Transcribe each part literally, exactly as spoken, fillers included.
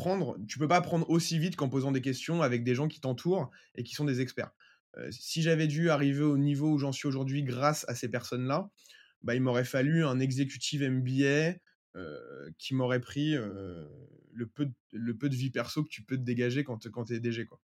apprendre tu peux pas apprendre aussi vite qu'en posant des questions avec des gens qui t'entourent et qui sont des experts. Heu, si j'avais dû arriver au niveau où j'en suis aujourd'hui grâce à ces personnes-là, bah, il m'aurait fallu un executive M B A, heu, qui m'aurait pris, heu, le peu d le peu de vie perso que tu peux te dégager quand t quand tu es D G, quoi.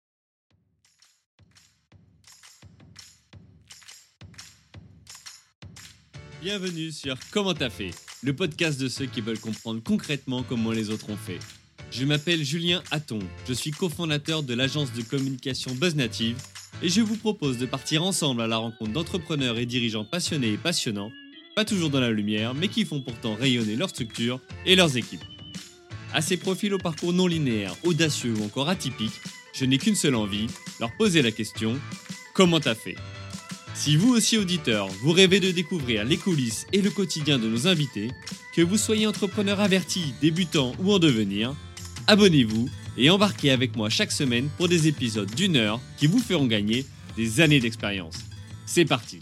Bienvenue sur Comment t'as fait, le podcast de ceux qui veulent comprendre concrètement comment les autres ont fait. Je m'appelle Julien Hatton, je suis cofondateur de l'agence de communication BuzzNative et je vous propose de partir ensemble à la rencontre d'entrepreneurs et dirigeants passionnés et passionnants, pas toujours dans la lumière, mais qui font pourtant rayonner leur structure et leurs équipes. À ces profils au parcours non linéaire, audacieux ou encore atypiques, je n'ai qu'une seule envie, leur poser la question « Comment t'as fait ?» Si vous aussi auditeur, vous rêvez de découvrir les coulisses et le quotidien de nos invités, que vous soyez entrepreneur averti, débutant ou en devenir, abonnez-vous et embarquez avec moi chaque semaine pour des épisodes d'une heure qui vous feront gagner des années d'expérience. C'est parti.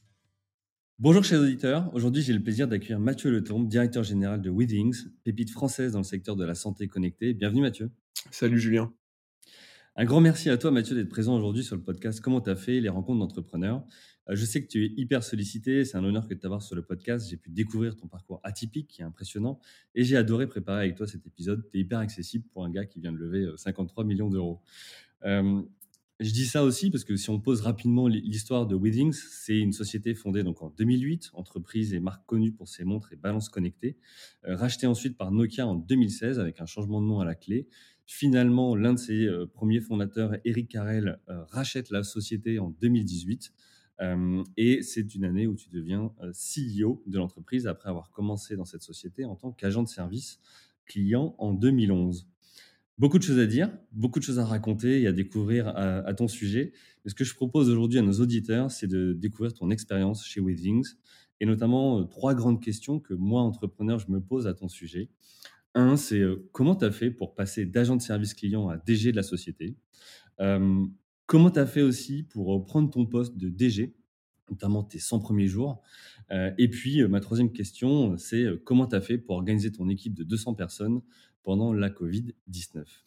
Bonjour chers auditeurs, aujourd'hui j'ai le plaisir d'accueillir Mathieu Letombe, directeur général de Withings, pépite française dans le secteur de la santé connectée. Bienvenue Mathieu. Salut Julien. Un grand merci à toi Mathieu d'être présent aujourd'hui sur le podcast Comment t'as fait, les rencontres d'entrepreneurs. Euh, Je sais que tu es hyper sollicité, c'est un honneur que de t'avoir sur le podcast. J'ai pu découvrir ton parcours atypique qui est impressionnant et j'ai adoré préparer avec toi cet épisode. Tu es hyper accessible pour un gars qui vient de lever euh, cinquante-trois millions d'euros. Euh, je dis ça aussi parce que si on pose rapidement l'histoire de Withings, c'est une société fondée donc en deux mille huit, entreprise et marque connue pour ses montres et balances connectées, euh, rachetée ensuite par Nokia en deux mille seize avec un changement de nom à la clé. Finalement, l'un de ses euh, premiers fondateurs, Eric Carrel, euh, rachète la société en deux mille dix-huit. Euh, et c'est une année où tu deviens euh, C E O de l'entreprise après avoir commencé dans cette société en tant qu'agent de service client en deux mille onze. Beaucoup de choses à dire, beaucoup de choses à raconter et à découvrir à, à ton sujet. Mais ce que je propose aujourd'hui à nos auditeurs, c'est de découvrir ton expérience chez Withings et notamment euh, trois grandes questions que moi, entrepreneur, je me pose à ton sujet. Un, c'est euh, comment tu as fait pour passer d'agent de service client à D G de la société. Euh, Comment tu as fait aussi pour euh, prendre ton poste de D G, notamment tes cent premiers jours. Euh, et puis, euh, ma troisième question, c'est euh, comment tu as fait pour organiser ton équipe de deux cents personnes pendant la covid dix-neuf.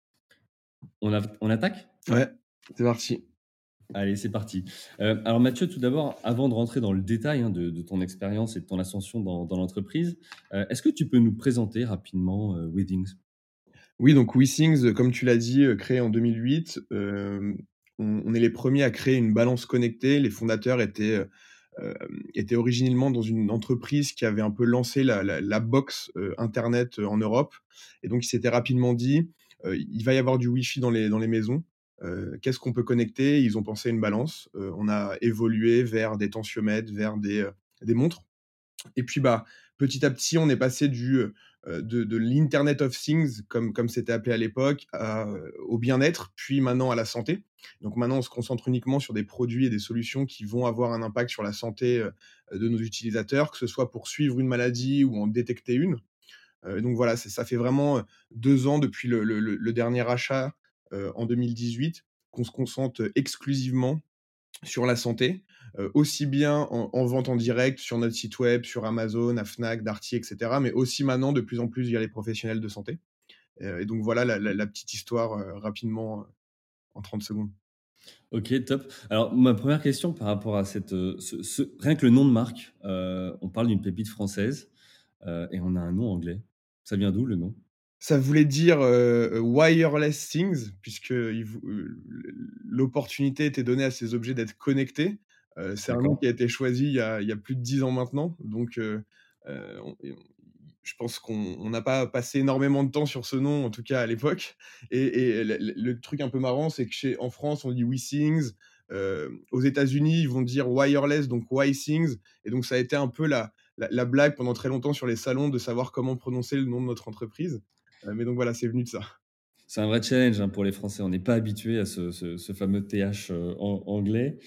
On, a- on attaque? Ouais, c'est parti. Allez, c'est parti. Euh, alors Mathieu, tout d'abord, avant de rentrer dans le détail hein, de, de ton expérience et de ton ascension dans, dans l'entreprise, euh, est-ce que tu peux nous présenter rapidement euh, Withings? Oui, donc WeSings, heu, comme tu l'as dit, heu, créé en deux mille huit, hem, on on est les premiers à créer une balance connectée. Les fondateurs étaient, heu, hem, étaient originellement dans une entreprise qui avait un peu lancé la la la box, heu, internet, heu, en Europe et donc ils s'étaient rapidement dit, heu: «Il va y avoir du Wi-Fi dans les dans les maisons, heu, qu'est-ce qu'on peut connecter?» Ils ont pensé à une balance, heu, on a évolué vers des tensiomètres, vers des, heu, des montres. Et puis, bah, petit à petit, on est passé du, heu de de l'Internet of Things, comme comme c'était appelé à l'époque, à, heu, au bien-être, puis maintenant à la santé. Donc maintenant, on se concentre uniquement sur des produits et des solutions qui vont avoir un impact sur la santé, heu, de nos utilisateurs, que ce soit pour suivre une maladie ou en détecter une. Heu, donc voilà, c'est ça fait vraiment, heu, deux ans depuis le le le le dernier achat, heu, en deux mille dix-huit, qu'on se concentre exclusivement sur la santé, heu, aussi bien en en vente en direct sur notre site web, sur Amazon, à Fnac, Darty et cetera, mais aussi maintenant de plus en plus via les professionnels de santé. Heu et donc voilà la la la petite histoire, heu, rapidement, heu, en trente secondes. Ok, top. Alors, ma première question par rapport à cette, euh, ce, ce- rien que le nom de marque, euh, on parle d'une pépite française euh, et on a un nom anglais. Ça vient d'où le nom? Ça voulait dire, heu heu, wireless things puisque il vou heu, l'opportunité était donnée à ces objets d'être connectés. Heu, c'est un nom D'accord. qui a été choisi il y a il y a plus de dix ans maintenant, donc heu heu, on et on je pense qu'on on n'a pas passé énormément de temps sur ce nom, en tout cas à l'époque et et le le le truc un peu marrant, c'est que chez en France, on dit WeThings, heu, aux États-Unis, ils vont dire wireless, donc WhyThings et donc ça a été un peu la la la blague pendant très longtemps sur les salons de savoir comment prononcer le nom de notre entreprise. Heu, mais donc voilà, c'est venu de ça. C'est un vrai challenge hein, pour les Français. On n'est pas habitué à ce, ce- ce fameux T H euh, en- anglais.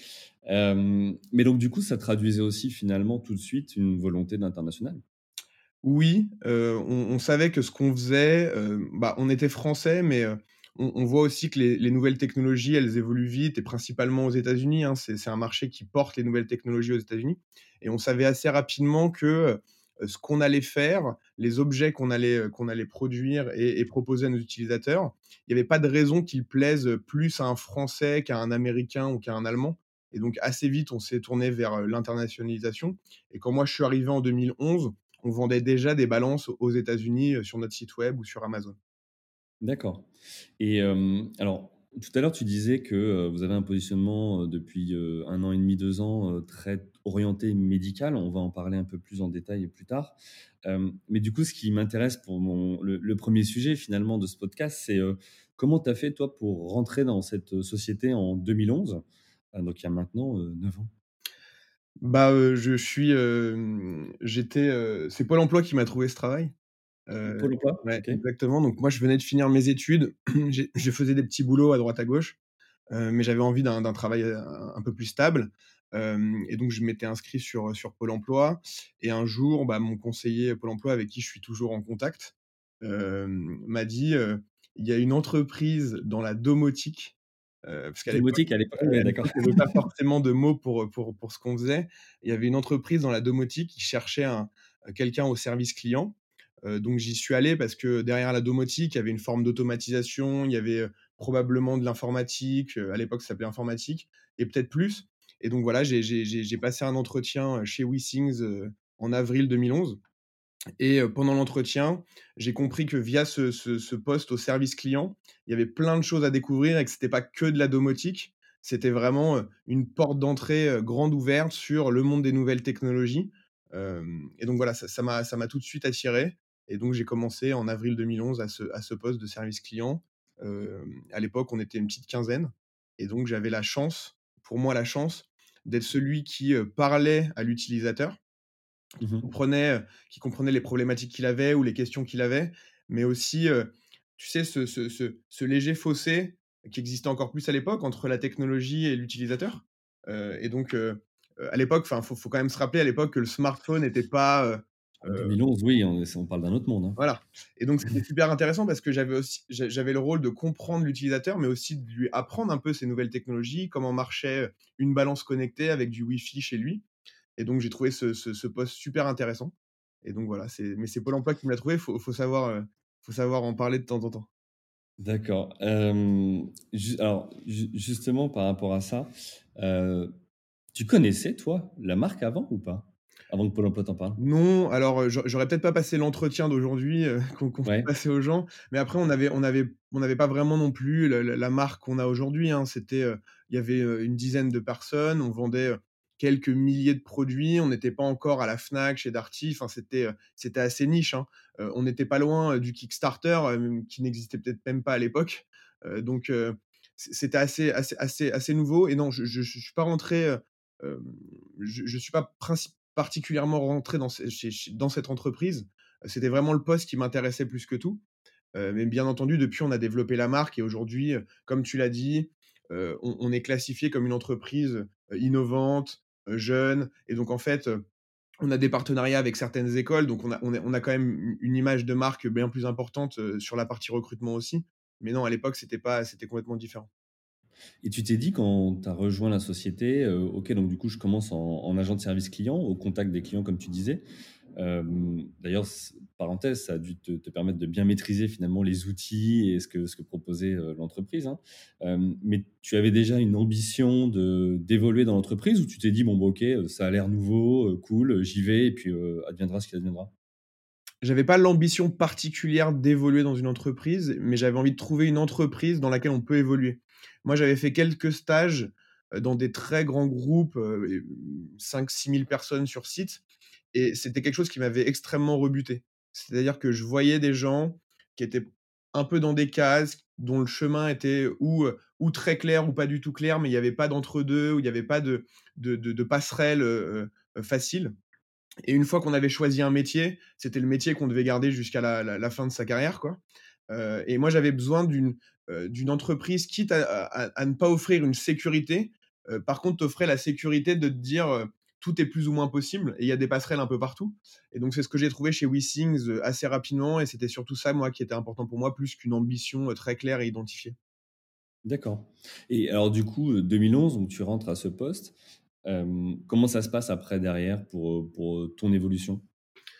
Euh, mais donc, du coup, ça traduisait aussi finalement tout de suite une volonté d'international. Oui, heu, on on savait que ce qu'on faisait, heu, bah, on était français, mais heu, on on voit aussi que les les nouvelles technologies, elles évoluent vite et principalement aux États-Unis, hein. C'est c'est un marché qui porte les nouvelles technologies aux États-Unis et on savait assez rapidement que, heu, ce qu'on allait faire, les objets qu'on allait, heu, qu'on allait produire et et proposer à nos utilisateurs. Il y avait pas de raison qu'ils plaisent, plus à un Français qu'à un Américain ou qu'à un Allemand et donc assez vite, on s'est tourné vers, heu, l'internationalisation et quand moi je suis arrivé en deux mille onze, on vendait déjà des balances aux États-Unis, heu, sur notre site web ou sur Amazon. D'accord. Et hem, alors, tout à l'heure, tu disais que, heu, vous avez un positionnement, heu, depuis, heu, un an et demi, deux ans, heu, très orienté médical. On va en parler un peu plus en détail plus tard. Hem, mais du coup, ce qui m'intéresse pour mon le le premier sujet finalement de ce podcast, c'est, heu, comment tu as fait toi pour rentrer dans cette, société en deux mille onze? Heu, donc il y a maintenant, heu, neuf ans. Bah, heu, je suis, hem, j'étais, heu c'est Pôle emploi qui m'a trouvé ce travail. Heu, Pôle emploi? ouais, OK. exactement. Donc moi, je venais de finir mes études. J'ai je faisais des petits boulots à droite à gauche, heu, mais j'avais envie d'un d'un travail, heu, un peu plus stable. Hem et donc je m'étais inscrit sur, sur Pôle emploi et un jour, bah, mon conseiller Pôle emploi avec qui je suis toujours en contact, hem, m'a dit, heu: «Il y a une entreprise dans la domotique», heu, parce qu'à l'époque Domotique à l'époque? ouais, Oui, à d'accord. l'époque, il y avait pas forcément de mots pour, pour pour ce qu'on faisait. Il y avait une entreprise dans la domotique qui cherchait un quelqu'un au service client. Heu, donc j'y suis allé parce que derrière la domotique, il y avait une forme d'automatisation, il y avait, heu, probablement de l'informatique, heu, à l'époque ça s'appelait informatique et peut-être plus et donc voilà, j'ai j'ai j'ai j'ai passé un entretien, heu, chez WeSings, heu, en avril deux mille onze et heu, pendant l'entretien, j'ai compris que via ce ce ce poste au service client, il y avait plein de choses à découvrir et que c'était pas que de la domotique. C'était vraiment, heu, une porte d'entrée, heu, grande ouverte sur le monde des nouvelles technologies. Hem et donc voilà, ça ça m'a ça m'a tout de suite attiré et donc j'ai commencé en avril deux mille onze à ce à ce poste de service client. Hem, à l'époque, on était une petite quinzaine et donc j'avais la chance, pour moi la chance, d'être celui qui, heu, parlait à l'utilisateur Mmh. comprenait, heu, qui comprenait les problématiques qu'il avait ou les questions qu'il avait, mais aussi, heu, tu sais, ce ce ce ce léger fossé qui existait encore plus à l'époque entre la technologie et l'utilisateur. Heu et donc, heu heu, à l'époque, enfin, faut faut quand même se rappeler à l'époque que le smartphone n'était pas, heu En heu, deux mille onze, oui, on est on parle d'un autre monde, hein. voilà et donc c'était super intéressant parce que j'avais aussi j'a j'avais le rôle de comprendre l'utilisateur, mais aussi de lui apprendre un peu ces nouvelles technologies, comment marchait, heu, une balance connectée avec du Wi-Fi chez lui. Et donc j'ai trouvé ce ce ce poste super intéressant et donc voilà, c'est mais c'est Pôle emploi qui me l'a trouvé, faut faut savoir, heu, faut savoir en parler de temps en temps. D'accord. Hem, ju alors, ju justement par rapport à ça, heu, tu connaissais toi la marque avant ou pas? Avant que Pôle emploi t'en parle? Non, alors, heu, j'au j'aurais peut-être pas passé l'entretien d'aujourd'hui, heu, qu'on qu'on fait Ouais, passer aux gens, mais après on avait on avait on n'avait pas vraiment non plus le la la marque qu'on a aujourd'hui, hein. C'était, heu, il y avait, heu, une dizaine de personnes, on vendait, heu, quelques milliers de produits, on n'était pas encore à la Fnac, chez Darty, enfin c'était, heu, c'était assez niche, hein. Heu, on n'était pas loin, heu, du Kickstarter, hem, qui n'existait peut-être même pas à l'époque, heu, donc heu, c c'était assez assez assez assez nouveau et non, je je je suis pas rentré, heu, hem, je je suis pas princi particulièrement rentré dans ce chez chez dans cette entreprise. C'était vraiment le poste qui m'intéressait plus que tout. Heu, mais bien entendu, depuis, on a développé la marque et aujourd'hui, heu, comme tu l'as dit, heu, on on est classifié comme une entreprise, heu, innovante, heu, jeune et donc en fait, heu, on a des partenariats avec certaines écoles, donc on a on est on a quand même u une image de marque bien plus importante, heu, sur la partie recrutement aussi. Mais non, à l'époque, c'était pas c'était complètement différent. et tu t'es dit quand tu as rejoint la société, heu: «OK, donc du coup, je commence en en agent de service client, au contact des clients», comme tu disais. Hem, d'ailleurs, c parenthèse, ça a dû te te permettre de bien maîtriser finalement les outils et ce que ce que proposait, heu, l'entreprise, hein. Hem, mais tu avais déjà une ambition de d'évoluer dans l'entreprise ou tu t'es dit: «Bon, bah, OK, heu, ça a l'air nouveau, heu, cool, heu, j'y vais et puis, heu, adviendra ce qui adviendra»? J'avais pas l'ambition particulière d'évoluer dans une entreprise, mais j'avais envie de trouver une entreprise dans laquelle on peut évoluer. Moi, j'avais fait quelques stages, heu, dans des très grands groupes, heu, et cinq six mille personnes sur site et c'était quelque chose qui m'avait extrêmement rebuté. C'est-à-dire que je voyais des gens qui étaient un peu dans des cases, dont le chemin était ou, heu, ou très clair ou pas du tout clair, mais il y avait pas d'entre-deux, où il y avait pas de de de de passerelle, heu heu, facile. Et une fois qu'on avait choisi un métier, c'était le métier qu'on devait garder jusqu'à la la la fin de sa carrière, quoi. Heu et moi, j'avais besoin d'une, heu, d'une entreprise, quitte à à à ne pas offrir une sécurité, heu, par contre, t'offrait la sécurité de te dire, heu: «Tout est plus ou moins possible» et il y a des passerelles un peu partout et donc c'est ce que j'ai trouvé chez WeSings, heu, assez rapidement et c'était surtout ça, moi, qui était important pour moi, plus qu'une ambition, heu, très claire et identifiée. D'accord. Et alors du coup, heu, deux mille onze, donc tu rentres à ce poste. Hem, comment ça se passe après derrière pour, heu, pour, heu, ton évolution?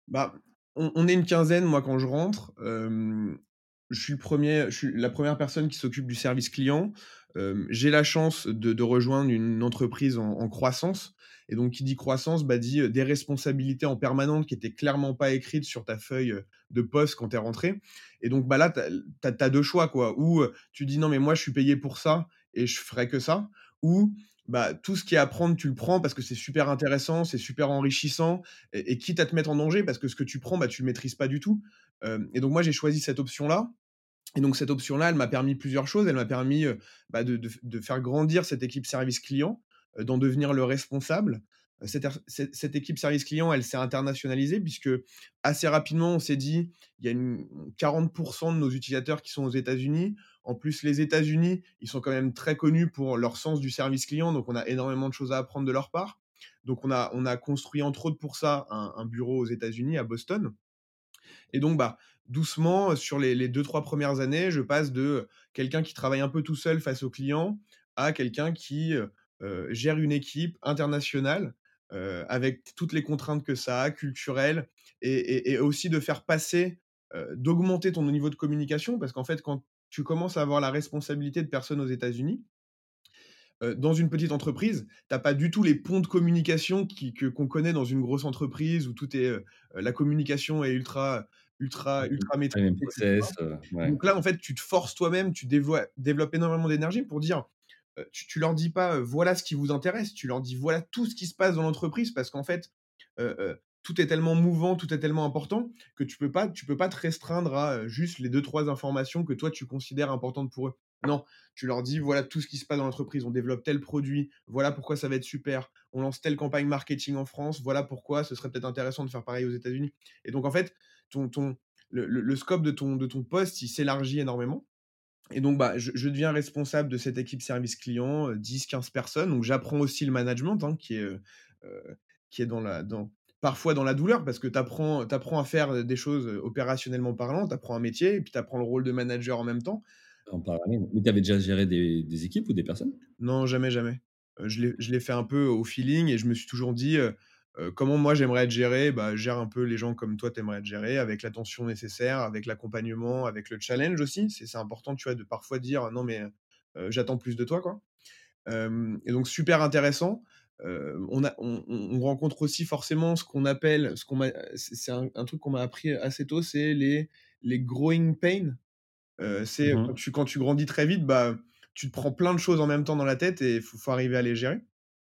Bah, on on est une quinzaine, moi, quand je rentre. Hem, je suis le premier, je suis la première personne qui s'occupe du service client. Hem, j'ai la chance de de rejoindre une entreprise en en croissance et donc qui dit croissance, bah, dit, heu, des responsabilités en permanente qui étaient clairement pas écrites sur ta feuille, heu, de poste quand tu es rentré et donc bah, là, tu as tu as deux choix, quoi. Ou, heu, tu dis: «Non, mais moi, je suis payé pour ça et je ferai que ça» ou bah, tout ce qui est à prendre, tu le prends parce que c'est super intéressant, c'est super enrichissant et et quitte à te mettre en danger parce que ce que tu prends, bah, tu le maîtrises pas du tout. Hem et donc moi, j'ai choisi cette option-là et donc cette option-là, elle m'a permis plusieurs choses. Elle m'a permis, heu, bah, de de f de faire grandir cette équipe service client, heu, d'en devenir le responsable. Heu, cette er cette cette équipe service client, elle s'est internationalisée puisque assez rapidement, on s'est dit: «Il y a une quarante de nos utilisateurs qui sont aux États-Unis». En plus, les États-Unis, ils sont quand même très connus pour leur sens du service client, donc on a énormément de choses à apprendre de leur part. Donc on a on a construit entre autres pour ça un un bureau aux États-Unis, à Boston. Et donc, bah, doucement, sur les les deux trois premières années, je passe de, heu, quelqu'un qui travaille un peu tout seul face aux clients, à quelqu'un qui, heu heu, gère une équipe internationale, heu, avec toutes les contraintes que ça a, culturelles et et et aussi de faire passer, heu, d'augmenter ton niveau de communication. Parce qu'en fait, quand tu commences à avoir la responsabilité de personnes aux États-Unis, Heu, dans une petite entreprise, tu as pas du tout les ponts de communication qui que qu'on connaît dans une grosse entreprise où tout est, heu, la communication est ultra ultra Mmh. ultra Pas maîtrisée les mêmes et cetera. process, heu, ouais. Donc là, en fait, tu te forces toi-même, tu dévoies développes énormément d'énergie pour dire, heu, tu tu leur dis pas, heu: «Voilà ce qui vous intéresse», tu leur dis: «Voilà tout ce qui se passe dans l'entreprise» parce qu'en fait, heu heu, tout est tellement mouvant, tout est tellement important que tu peux pas tu peux pas te restreindre à, heu, juste les deux trois informations que toi tu considères importantes pour eux. Non, tu leur dis: «Voilà tout ce qui se passe dans l'entreprise, on développe tel produit, voilà pourquoi ça va être super, on lance telle campagne marketing en France, voilà pourquoi ce serait peut-être intéressant de faire pareil aux États-Unis» et donc en fait, ton ton le le le scope de ton de ton poste, il s'élargit énormément et donc bah, je je deviens responsable de cette équipe service client, heu, dix quinze personnes, donc j'apprends aussi le management, hein, qui est, heu heu, qui est dans la dans parfois dans la douleur parce que tu apprends tu apprends à faire, des choses, heu, opérationnellement parlant, tu apprends un métier et puis tu apprends le rôle de manager en même temps. En parallèle. Mais tu avais déjà géré des des équipes ou des personnes? Non, jamais, jamais. Heu, je l'ai je l'ai fait un peu au feeling et je me suis toujours dit, heu heu: «Comment moi j'aimerais être géré?» Bah, gère un peu les gens comme toi tu aimerais être géré, avec l'attention nécessaire, avec l'accompagnement, avec le challenge aussi. C'est c'est important, tu vois, de parfois dire: «Non mais, heu j'attends plus de toi, quoi». Hem et donc super intéressant. Heu, on a on on on rencontre aussi forcément ce qu'on appelle, ce qu'on m'a c'est c'est un un truc qu'on m'a appris assez tôt, c'est les les growing pains. Heu, c'est Mmh quand mh. tu quand tu grandis très vite, bah, tu te prends plein de choses en même temps dans la tête et il faut faut arriver à les gérer.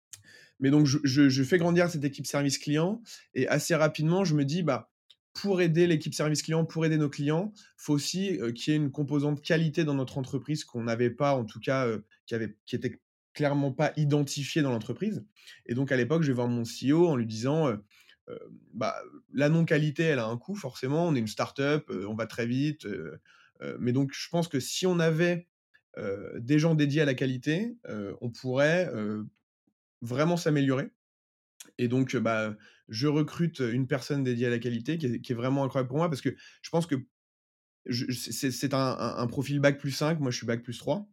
Mais donc je je je fais grandir cette équipe service client et assez rapidement, je me dis: «Bah, pour aider l'équipe service client, pour aider nos clients, faut aussi, heu, qu'il y ait une composante qualité dans notre entreprise qu'on n'avait pas, en tout cas, heu, qui avait qui était clairement pas identifiée dans l'entreprise» et donc à l'époque, je vais voir mon C E O en lui disant, heu heu: «Bah, la non-qualité, elle a un coût forcément, on est une start-up, heu, on va très vite, heu heu, mais donc je pense que si on avait, heu, des gens dédiés à la qualité, heu, on pourrait, heu, vraiment s'améliorer» et donc, heu, bah, je recrute, une personne dédiée à la qualité qui est qui est vraiment incroyable pour moi parce que je pense que je c'est c'est c'est un un un profil bac plus cinq, moi je suis bac plus trois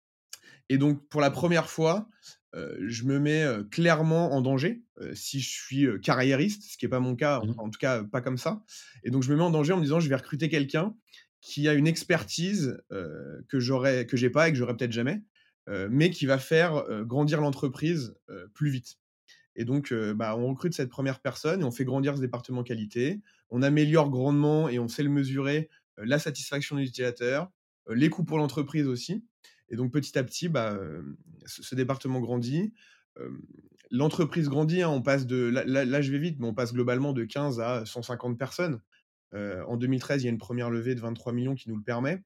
et donc pour la première fois, heu, je me mets, heu, clairement en danger, heu, si je suis, heu, carriériste, ce qui est pas mon cas, Mmh. en tout cas pas comme ça et donc je me mets en danger en me disant: «Je vais recruter quelqu'un qui a une expertise, heu, que j'aurais que j'ai pas et que j'aurais peut-être jamais, heu, mais qui va faire, heu, grandir l'entreprise, heu, plus vite». Et donc, heu, bah, on recrute cette première personne et on fait grandir ce département qualité. On améliore grandement et on sait le mesurer, heu, la satisfaction des utilisateurs, heu, les coûts pour l'entreprise aussi et donc petit à petit, bah, hem, ce ce département grandit. Hem, l'entreprise grandit, hein, on passe de là là là je vais vite, mais on passe globalement de quinze à cent cinquante personnes. Heu, en deux mille treize, il y a une première levée de vingt-trois millions qui nous le permet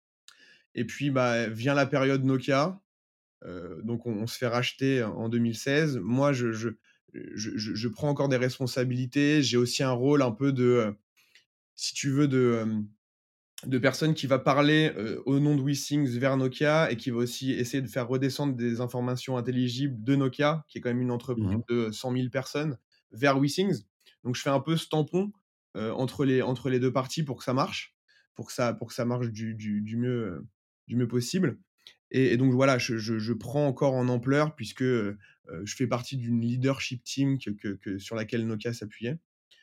et puis, bah, vient la période Nokia. Heu, donc on on se fait racheter en deux mille seize. Moi, je je je je je prends encore des responsabilités. J'ai aussi un rôle un peu de, heu, si tu veux, de, hem, de personne qui va parler, heu, au nom de WeSings vers Nokia et qui va aussi essayer de faire redescendre des informations intelligibles de Nokia, qui est quand même une entreprise Mmh. de cent mille personnes, vers WeSings. Donc je fais un peu ce tampon, heu, entre les entre les deux parties pour que ça marche, pour que ça pour que ça marche du du du mieux, heu, du mieux possible et et donc voilà, je je je prends encore en ampleur puisque, heu heu, je fais partie d'une leadership team que que que sur laquelle Nokia s'appuyait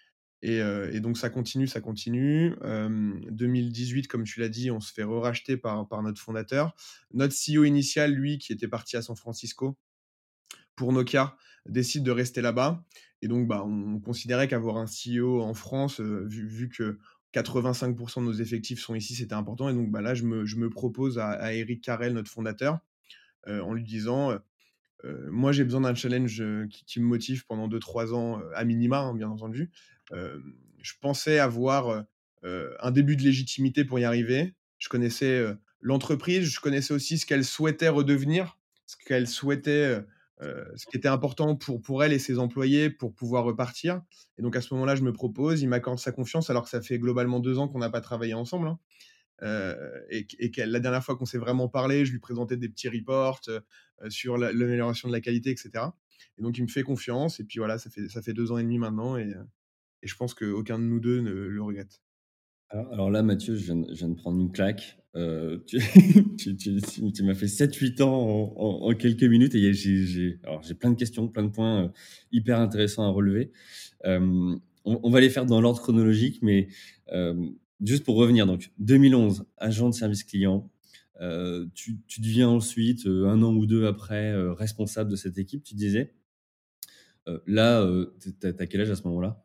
et heu et donc ça continue, ça continue. Hem, deux mille dix-huit, comme tu l'as dit, on se fait re-racheter par par notre fondateur. Notre C E O initial, lui, qui était parti à San Francisco pour Nokia, décide de rester là-bas et donc bah, on considérait qu'avoir un C E O en France, heu, vu vu que quatre-vingt-cinq de nos effectifs sont ici, c'était important et donc bah, là, je me je me propose à à Eric Carrel, notre fondateur, heu, en lui disant, heu heu: «Moi, j'ai besoin d'un challenge, heu, qui qui me motive pendant deux trois ans, heu, à minima, hein, bien entendu». Hem, je pensais avoir, heu heu, un début de légitimité pour y arriver. Je connaissais, heu, l'entreprise, je connaissais aussi ce qu'elle souhaitait redevenir, ce qu'elle souhaitait, heu heu, ce qui était important pour pour elle et ses employés pour pouvoir repartir et donc à ce moment-là, je me propose, il m'accorde sa confiance alors que ça fait globalement deux ans qu'on n'a pas travaillé ensemble, hein. Heu et q et que la dernière fois qu'on s'est vraiment parlé, je lui présentais des petits reports, heu heu, sur la l'amélioration de la qualité et cetera et donc il me fait confiance et puis voilà, ça fait ça fait deux ans et demi maintenant et heu et je pense qu'aucun de nous deux ne le regrette. Alors alors là, Mathieu, je viens de je viens de prendre une claque. Heu, tu tu tu tu tu m'as fait sept huit ans en en en quelques minutes et il y a j'ai j'ai alors j'ai plein de questions, plein de points, heu, hyper intéressants à relever. Hem, on on va les faire dans l'ordre chronologique, mais hem, juste pour revenir donc deux mille onze, agent de service client, heu, tu tu deviens ensuite, heu, un an ou deux après, heu, responsable de cette équipe, tu disais. Heu, là, heu, tu tu as quel âge à ce moment-là?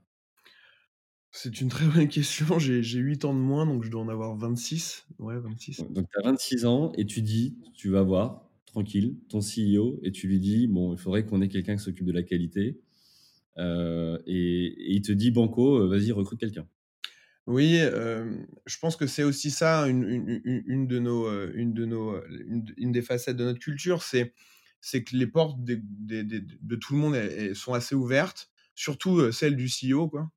C'est une très bonne question, j'ai j'ai huit ans de moins, donc je dois en avoir vingt-six. Ouais, vingt-six. Ouais, donc tu as vingt-six ans et tu dis, tu vas voir, tranquille, ton C E O et tu lui dis: «Bon, il faudrait qu'on ait quelqu'un qui s'occupe de la qualité», heu et et il te dit: «Banco, heu, vas-y recrute quelqu'un». Oui, hem, je pense que c'est aussi ça une une une une de nos, heu, une de nos, heu, une d une des facettes de notre culture, c'est c'est que les portes des des des de tout le monde, elles elles sont assez ouvertes, surtout, heu, celles du C E O, quoi.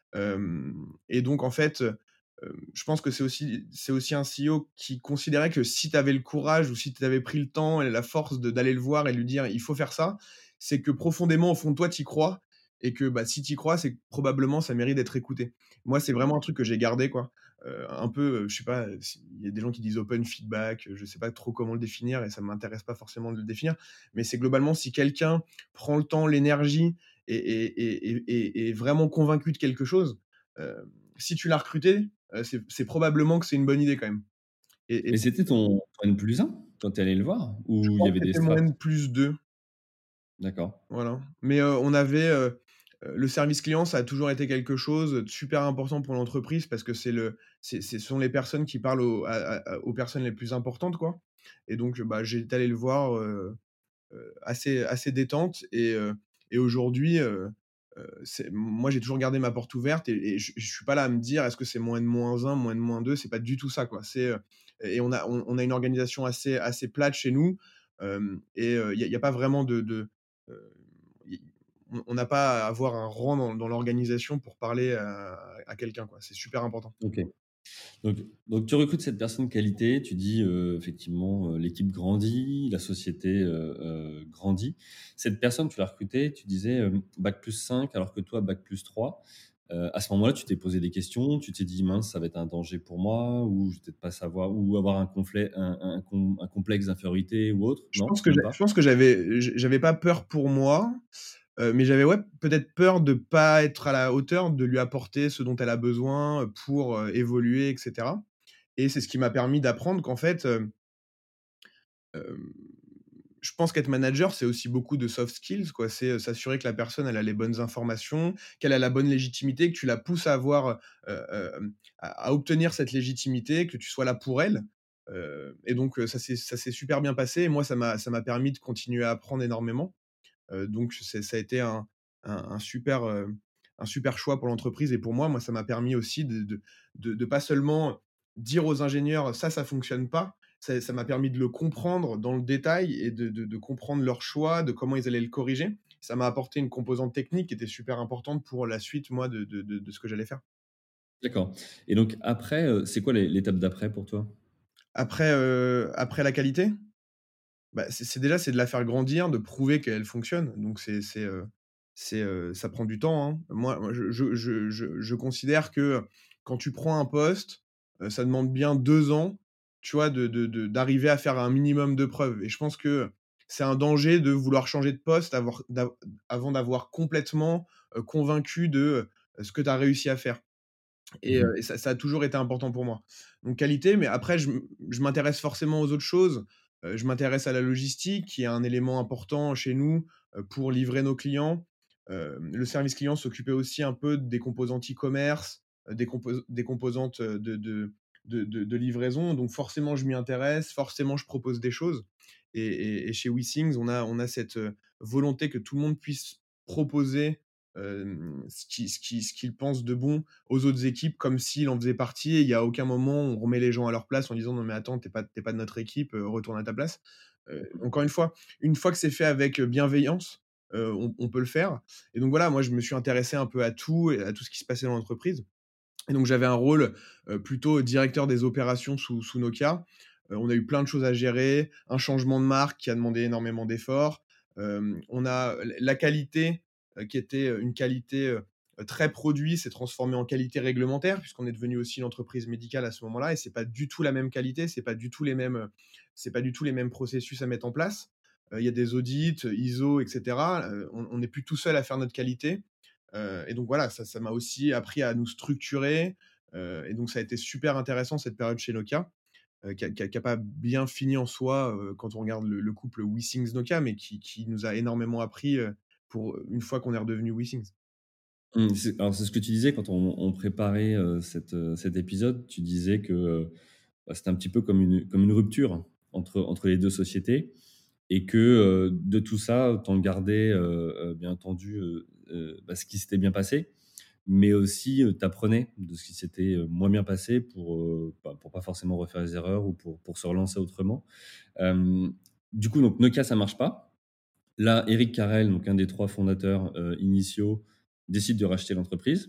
Hem et donc en fait, heu, je pense que c'est aussi c'est aussi un C E O qui considérait que si tu avais le courage ou si tu avais pris le temps et la force de d'aller le voir et lui dire: «Il faut faire ça», c'est que profondément au fond de toi, tu y crois et que, bah, si tu y crois, c'est que probablement ça mérite d'être écouté. Moi, c'est vraiment un truc que j'ai gardé, quoi. Heu, un peu, heu, je sais pas, heu, si il y a des gens qui disent open feedback, heu, je sais pas trop comment le définir et ça m'intéresse pas forcément de le définir, mais c'est globalement si quelqu'un prend le temps, l'énergie et et et et et est vraiment convaincu de quelque chose, heu, si tu l'as recruté, heu, c'est c'est probablement que c'est une bonne idée quand même et et Mais c'est c'était ton ton N plus un quand tu es allé le voir? je Ou il y pense avait que des c'était mon strates? N plus deux, D'accord. voilà. Mais, heu, on avait, heu heu, le service client, ça a toujours été quelque chose de super important pour l'entreprise parce que c'est le c'est c'est ce sont les personnes qui parlent aux à à à aux personnes les plus importantes, quoi et donc, bah, j'étais allé le voir, heu heu, assez assez détente et heu et aujourd'hui, heu heu, c'est moi, j'ai toujours gardé ma porte ouverte et et je je suis pas là à me dire: «Est-ce que c'est mon N moins un, mon N moins deux?» C'est pas du tout ça, quoi. C'est, heu et on a on on a une organisation assez assez plate chez nous, hem et il y a y a pas vraiment de de, heu, y on on n'a pas à avoir un rang dans dans l'organisation pour parler à à quelqu'un, quoi. C'est super important. OK. Donc donc tu recrutes cette personne qualité, tu dis, heu, effectivement, heu, l'équipe grandit, la société, heu heu, grandit. Cette personne, tu l'as recrutée, tu disais, hem, bac plus cinq alors que toi bac plus trois. Heu, à ce moment-là, tu t'es posé des questions, tu t'es dit: «Mince, ça va être un danger pour moi» ou «Je vais peut-être pas savoir» ou avoir un conflait un un com un complexe d'infériorité ou autre? Je Non, pense que même j'a je pas? pense que j'avais j j'avais pas peur pour moi, heu, mais j'avais, ouais, peut-être peur de pas être à la hauteur, de lui apporter ce dont elle a besoin, heu, pour, heu, évoluer et cetera et c'est ce qui m'a permis d'apprendre qu'en fait, hem, hem, je pense qu'être manager, c'est aussi beaucoup de soft skills, quoi. C'est, heu, s'assurer que la personne, elle a les bonnes informations, qu'elle a la bonne légitimité, que tu la pousses à avoir, heu, hem, à à obtenir cette légitimité, que tu sois là pour elle, heu et donc heu, ça s'est ça s'est super bien passé et moi, ça m'a ça m'a permis de continuer à apprendre énormément. Heu, donc c'est ça a été un un un super, heu, un super choix pour l'entreprise et pour moi. Moi, ça m'a permis aussi de de de de pas seulement dire aux ingénieurs: «Ça, ça fonctionne pas». Ça ça m'a permis de le comprendre dans le détail et de de de comprendre leurs choix, de comment ils allaient le corriger. Ça m'a apporté une composante technique qui était super importante pour la suite, moi, de de de de ce que j'allais faire. D'accord et donc après, heu, c'est quoi l'é l'étape d'après pour toi? Après, heu, après la qualité? Bah, c'est c'est déjà, c'est de la faire grandir, de prouver qu'elle fonctionne. Donc c'est c'est, heu, c'est, heu, ça prend du temps, hein. Moi moi, je je je je je considère que quand tu prends un poste, heu, ça demande bien deux ans, tu vois, de de de d'arriver à faire un minimum de preuves et je pense que c'est un danger de vouloir changer de poste avoir d'av avant d'avoir complètement, heu, convaincu de, ce que tu as réussi à faire. Et, heu, Mmh. et ça ça a toujours été important pour moi. Donc qualité, mais après je m je m'intéresse forcément aux autres choses. Heu, je m'intéresse à la logistique, qui est un élément important chez nous, heu, pour livrer nos clients. Hem, le service client s'occupait aussi un peu des composantes e-commerce, heu, des compos des composantes, heu, de de de de de livraison. Donc forcément, je m'y intéresse, forcément, je propose des choses. Et et et chez WeSings, on a on a cette, heu, volonté que tout le monde puisse proposer, hem, ce qui ce qui ce qu'il pense de bon aux autres équipes comme s'il en faisait partie, et il y a aucun moment on remet les gens à leur place en disant: «Non mais attends, tu es pas tu es pas de notre équipe, heu, retourne à ta place». Heu, encore une fois, une fois que c'est fait avec, heu, bienveillance, heu, on on peut le faire. Et donc voilà, moi je me suis intéressé un peu à tout et à tout ce qui se passait dans l'entreprise. Et donc j'avais un rôle, heu, plutôt directeur des opérations sous sous Nokia. Heu, on a eu plein de choses à gérer, un changement de marque qui a demandé énormément d'efforts. Hem, on a l la qualité, heu, qui était, heu, une qualité, heu, très produit, s'est transformée en qualité réglementaire puisqu'on est devenu aussi une entreprise médicale à ce moment-là, et c'est pas du tout la même qualité, c'est pas du tout les mêmes, heu, c'est pas du tout les mêmes processus à mettre en place. Heu, il y a des audits, heu, I S O et cetera. Heu, on on n'est plus tout seul à faire notre qualité. Heu et donc voilà, ça ça m'a aussi appris à nous structurer, heu et donc ça a été super intéressant cette période chez Nokia, heu, qui a qui a qui a pas bien fini en soi, heu, quand on regarde le le couple WeSings-Nokia, mais qui qui nous a énormément appris, heu, pour, une fois qu'on est redevenu WeSings. Mmh, c'est alors c'est ce que tu disais quand on on préparait, heu, cet, heu, cet épisode. Tu disais que, heu, bah, c'était un petit peu comme une comme une rupture entre entre les deux sociétés et que, heu, de tout ça, tu en gardais, heu heu, bien entendu, heu heu, bah, ce qui s'était bien passé, mais aussi, heu, tu apprenais de ce qui s'était, heu, moins bien passé pour, heu, bah, pour pas forcément refaire les erreurs ou pour pour se relancer autrement. Hem, du coup, donc Nokia, ça marche pas. Là, Éric Carrel, donc un des trois fondateurs, heu, initiaux, décide de racheter l'entreprise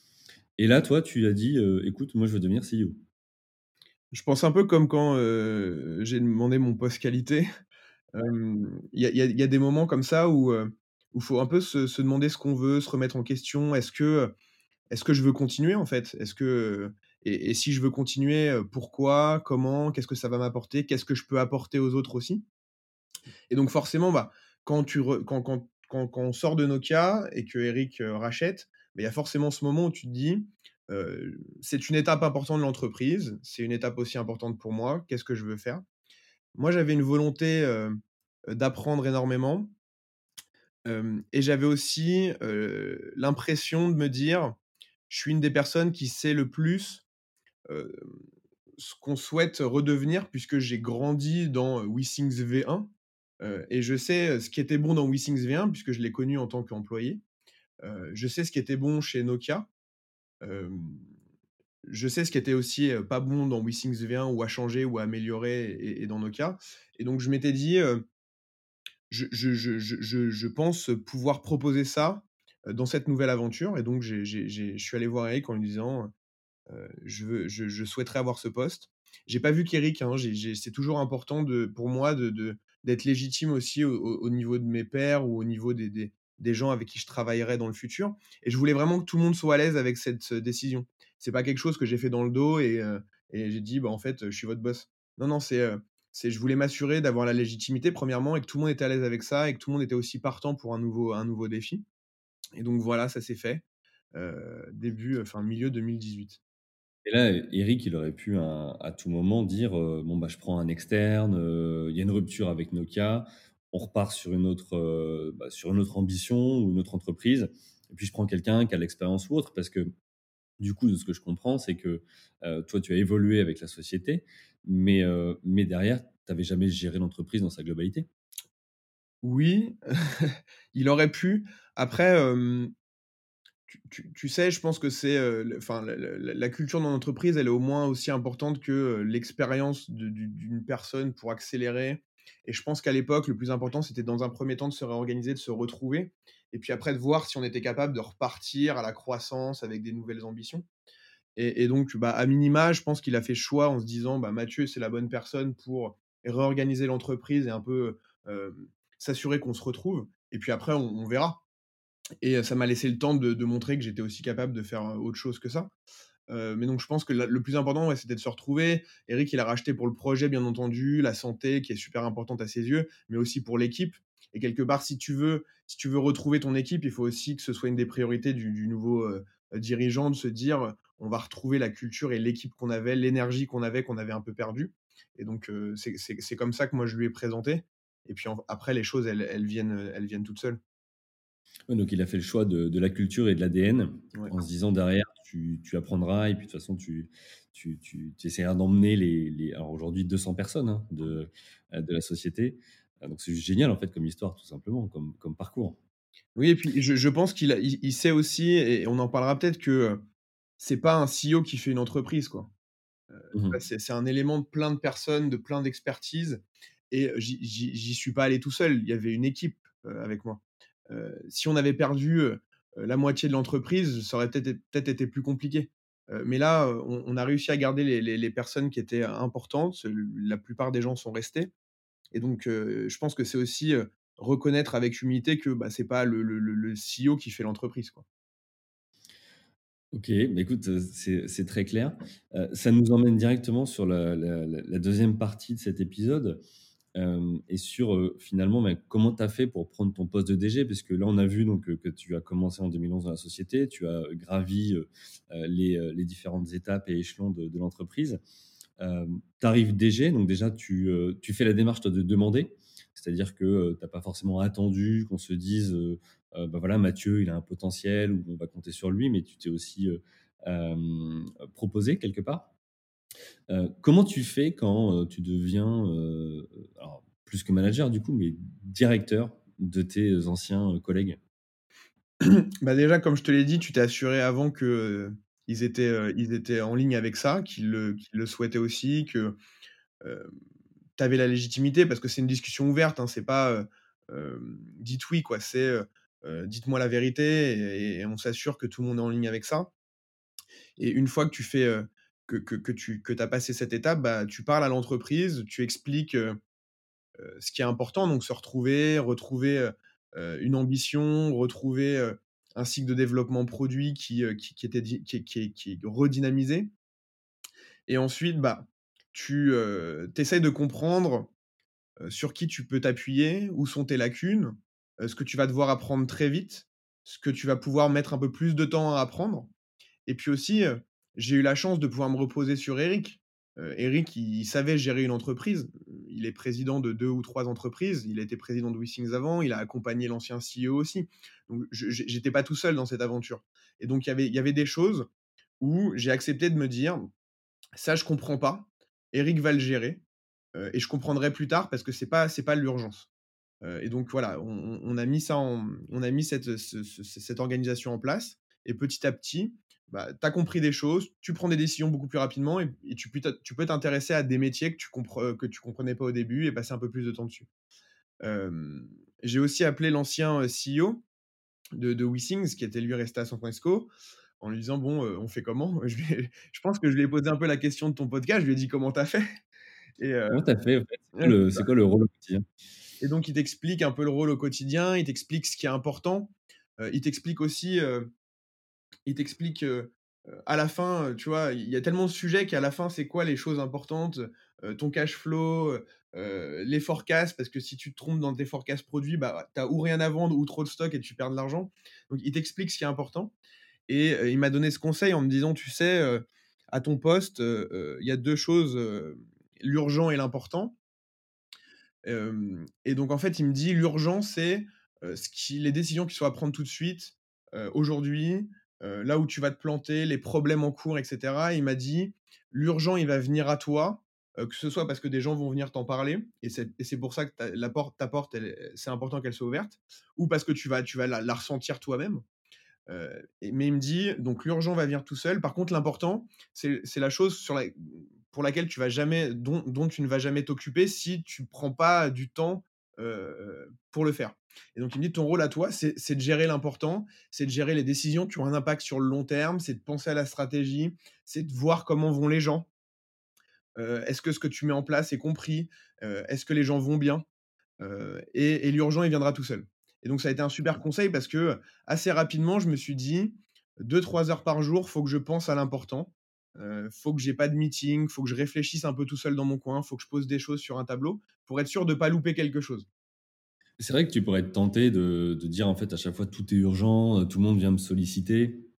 et là, toi, tu lui as dit, heu: «Écoute, moi, je veux devenir C E O». Je pense un peu comme quand, heu, j'ai demandé mon poste qualité. Hem, il y a il y a il y a des moments comme ça où, heu, où faut un peu se se demander ce qu'on veut, se remettre en question. Est-ce que, est-ce que je veux continuer en fait? Est-ce que, et et si je veux continuer, heu, pourquoi? Comment? Qu'est-ce que ça va m'apporter? Qu'est-ce que je peux apporter aux autres aussi? Et donc forcément, bah, quand tu re quand quand quand quand on sort de Nokia et que Eric, heu, rachète, bah, il y a forcément ce moment où tu te dis, heu: «C'est une étape importante de l'entreprise, c'est une étape aussi importante pour moi, qu'est-ce que je veux faire?» Moi, j'avais une volonté, heu, d'apprendre énormément, hem et j'avais aussi, heu, l'impression de me dire: «Je suis une des personnes qui sait le plus, heu, ce qu'on souhaite redevenir», puisque j'ai grandi dans, heu, WeSings V un, heu et je sais, heu, ce qui était bon dans WeSings V un puisque je l'ai connu en tant qu'employé. Heu, je sais ce qui était bon chez Nokia. Hem, je sais ce qui était aussi, heu, pas bon dans WeSings V un ou à changer ou à améliorer et et dans Nokia. Et donc je m'étais dit, heu: «Je je je je je je pense pouvoir proposer ça, heu, dans cette nouvelle aventure». Et donc j'ai j'ai j'ai je suis allé voir Eric en lui disant, Heu, je veux je je souhaiterais avoir ce poste. J'ai pas vu qu'Éric, hein, j'ai j'ai c'est toujours important de pour moi de de d'être légitime aussi au au au niveau de mes pairs ou au niveau des des des gens avec qui je travaillerai dans le futur. Et je voulais vraiment que tout le monde soit à l'aise avec cette, heu, décision. C'est pas quelque chose que j'ai fait dans le dos et heu et j'ai dit: «Bah, en fait, je suis votre boss». Non, non, c'est, heu, c'est je voulais m'assurer d'avoir la légitimité premièrement et que tout le monde était à l'aise avec ça et que tout le monde était aussi partant pour un nouveau un nouveau défi. Et donc voilà, ça s'est fait, heu, début, enfin milieu deux mille dix-huit. Et là, Éric, il aurait pu à à tout moment dire, heu: «Bon, bah, je prends un externe, heu, il y a une rupture avec Nokia, on repart sur une autre, heu, bah, sur une autre ambition ou une autre entreprise et puis je prends quelqu'un qui a l'expérience ou autre». Parce que du coup, de ce que je comprends, c'est que, heu, toi, tu as évolué avec la société, mais heu, mais derrière, tu avais jamais géré l'entreprise dans sa globalité. Oui, il aurait pu. Après, hem, tu tu tu sais, je pense que c'est, heu, le enfin, la la la la culture dans l'entreprise, elle est au moins aussi importante que, heu, l'expérience de d'u d'une personne pour accélérer. Et je pense qu'à l'époque, le plus important, c'était dans un premier temps de se réorganiser, de se retrouver et puis après de voir si on était capable de repartir à la croissance avec des nouvelles ambitions. Et et donc, bah, à minima, je pense qu'il a fait le choix en se disant: «Bah, Mathieu, c'est la bonne personne pour réorganiser l'entreprise et un peu, hem, s'assurer qu'on se retrouve et puis après on on verra». Et heu, ça m'a laissé le temps de de montrer que j'étais aussi capable de faire, heu, autre chose que ça. Heu, mais donc je pense que la le plus important, ouais, c'était de se retrouver. Eric, il a racheté pour le projet, bien entendu, la santé qui est super importante à ses yeux, mais aussi pour l'équipe. Et quelque part, si tu veux si tu veux retrouver ton équipe, il faut aussi que ce soit une des priorités du du nouveau, heu heu, dirigeants de se dire, heu: «On va retrouver la culture et l'équipe qu'on avait, l'énergie qu'on avait, qu'on avait un peu perdue» et donc heu, c'est c'est c'est comme ça que moi je lui ai présenté et puis en après les choses elles elles viennent, heu, elles viennent toutes seules. Ouais, donc il a fait le choix de de la culture et de l'A D N Ouais. en se disant derrière tu tu apprendras et puis de toute façon tu tu tu tu essaieras d'emmener les les alors aujourd'hui deux cents personnes, hein, de, heu, de la société. Heu, donc c'est juste génial en fait comme histoire tout simplement, comme comme parcours. Oui et puis je je pense qu'il a il il sait aussi et on en parlera peut-être que, heu, c'est pas un C E O qui fait une entreprise, quoi. Mmh mh. Bah, c'est c'est un élément de plein de personnes, de plein d'expertises et j'y j'y j'y suis pas allé tout seul. Il y avait une équipe, heu, avec moi. Heu, si on avait perdu, heu la moitié de l'entreprise, ça aurait peut-être peut-être été plus compliqué. Heu, mais là, heu, on on a réussi à garder les les les personnes qui étaient importantes. La plupart des gens sont restés et donc heu, je pense que c'est aussi, heu, reconnaître avec humilité que, bah, c'est pas le le le le C E O qui fait l'entreprise, quoi. OK, bah, écoute, heu, c'est c'est très clair. Heu, ça nous emmène directement sur la la la la deuxième partie de cet épisode, hem et sur, heu, finalement, bah, comment tu as fait pour prendre ton poste de D G? Parce que là, on a vu donc, heu, que tu as commencé en deux mille onze dans la société, tu as gravi, heu heu, les, heu, les différentes étapes et échelons de de l'entreprise. Hem, tu arrives D G, donc déjà tu, heu, tu fais la démarche toi de demander. C'est-à-dire que, heu, tu as pas forcément attendu qu'on se dise, heu heu: «Bah, voilà, Mathieu, il a un potentiel ou on va compter sur lui», mais tu t'es aussi, heu, hem, proposé quelque part. Heu, comment tu fais quand, heu, tu deviens, heu, alors plus que manager du coup, mais directeur de tes anciens, heu, collègues? Bah, déjà, comme je te l'ai dit, tu t'es assuré avant que, heu, ils étaient, heu, ils étaient en ligne avec ça, qu'ils le qu'ils le souhaitaient aussi, que, hem, tu avais la légitimité parce que c'est une discussion ouverte, hein. C'est pas, heu, hem, dites oui, quoi. C'est, heu heu, dites-moi la vérité et et on s'assure que tout le monde est en ligne avec ça et une fois que tu fais, heu, que que que tu que tu as passé cette étape, bah, tu parles à l'entreprise, tu expliques, heu heu, ce qui est important, donc se retrouver, retrouver, heu heu, une ambition, retrouver, heu, un cycle de développement produit qui, heu, qui qui était di qui est qui est qui est redynamisé et ensuite, bah, tu, heu, tu essayes de comprendre, heu, sur qui tu peux t'appuyer, où sont tes lacunes, heu, ce que tu vas devoir apprendre très vite, ce que tu vas pouvoir mettre un peu plus de temps à apprendre et puis aussi, heu, j'ai eu la chance de pouvoir me reposer sur Eric. Heu, Eric, il il savait gérer une entreprise. Il est président de deux ou trois entreprises. Il a été président de WeSings avant, il a accompagné l'ancien C E O aussi. Donc je je j'étais pas tout seul dans cette aventure et donc il y avait il y avait des choses où j'ai accepté de me dire: «Ça, je comprends pas. Eric va le gérer, heu et je comprendrai plus tard parce que c'est pas c'est pas l'urgence». Heu et donc voilà, on on on a mis ça en on a mis cette, ce ce cette organisation en place et petit à petit, bah, tu as compris des choses, tu prends des décisions beaucoup plus rapidement et et tu peux t'in tu peux t'intéresser à des métiers que tu compre que tu comprenais pas au début et passer un peu plus de temps dessus. Hem, j'ai aussi appelé l'ancien, heu, C E O de de WeSings qui était lui resté à San Francisco en lui disant: «Bon, heu, on fait comment?» je lui ai je pense que je lui ai posé un peu la question de ton podcast, je lui ai dit: «Comment tu as fait?» et heu Comment tu as fait en fait? C'est quoi ouais, le c'est ça. c'est quoi le rôle au quotidien? Et donc il t'explique un peu le rôle au quotidien, il t'explique ce qui est important. Heu, il t'explique aussi, heu, il t'explique, heu heu, à la fin, heu, tu vois, il y a tellement de sujets qu'à la fin, c'est quoi les choses importantes, heu, ton cash flow, heu heu, les forecasts, parce que si tu te trompes dans tes forecasts produits, bah, tu as ou rien à vendre ou trop de stock et tu perds de l'argent. Donc il t'explique ce qui est important et heu, il m'a donné ce conseil en me disant: «Tu sais, heu, à ton poste, heu heu, il y a deux choses, heu, l'urgent et l'important. Hem et donc en fait, il me dit: «L'urgent, c'est, heu, ce qui les décisions qui sont à prendre tout de suite, heu, aujourd'hui, heu, là où tu vas te planter, les problèmes en cours et cetera». Il m'a dit: «L'urgent, il va venir à toi, heu, que ce soit parce que des gens vont venir t'en parler et c'est et c'est pour ça que ta la porte ta porte, elle est c'est important qu'elle soit ouverte ou parce que tu vas tu vas la la ressentir toi-même». Heu et mais il me dit: «Donc l'urgent va venir tout seul. Par contre, l'important, c'est c'est la chose sur la pour laquelle tu vas jamais dont dont tu ne vas jamais t'occuper si tu prends pas du temps, heu, pour le faire» et donc il me dit: «Ton rôle à toi, c'est c'est de gérer l'important, c'est de gérer les décisions qui ont un impact sur le long terme, c'est de penser à la stratégie, c'est de voir comment vont les gens. Heu, est-ce que ce que tu mets en place est compris? Heu, est-ce que les gens vont bien?» Heu et et l'urgent, il viendra tout seul et donc ça a été un super conseil parce que, assez rapidement, je me suis dit: deux trois heures par jour, faut que je pense à l'important. Heu, faut que j'ai pas de meeting, faut que je réfléchisse un peu tout seul dans mon coin, faut que je pose des choses sur un tableau pour être sûr de pas louper quelque chose». C'est vrai que tu pourrais être tenté de de dire en fait à chaque fois tout est urgent, heu, tout le monde vient me solliciter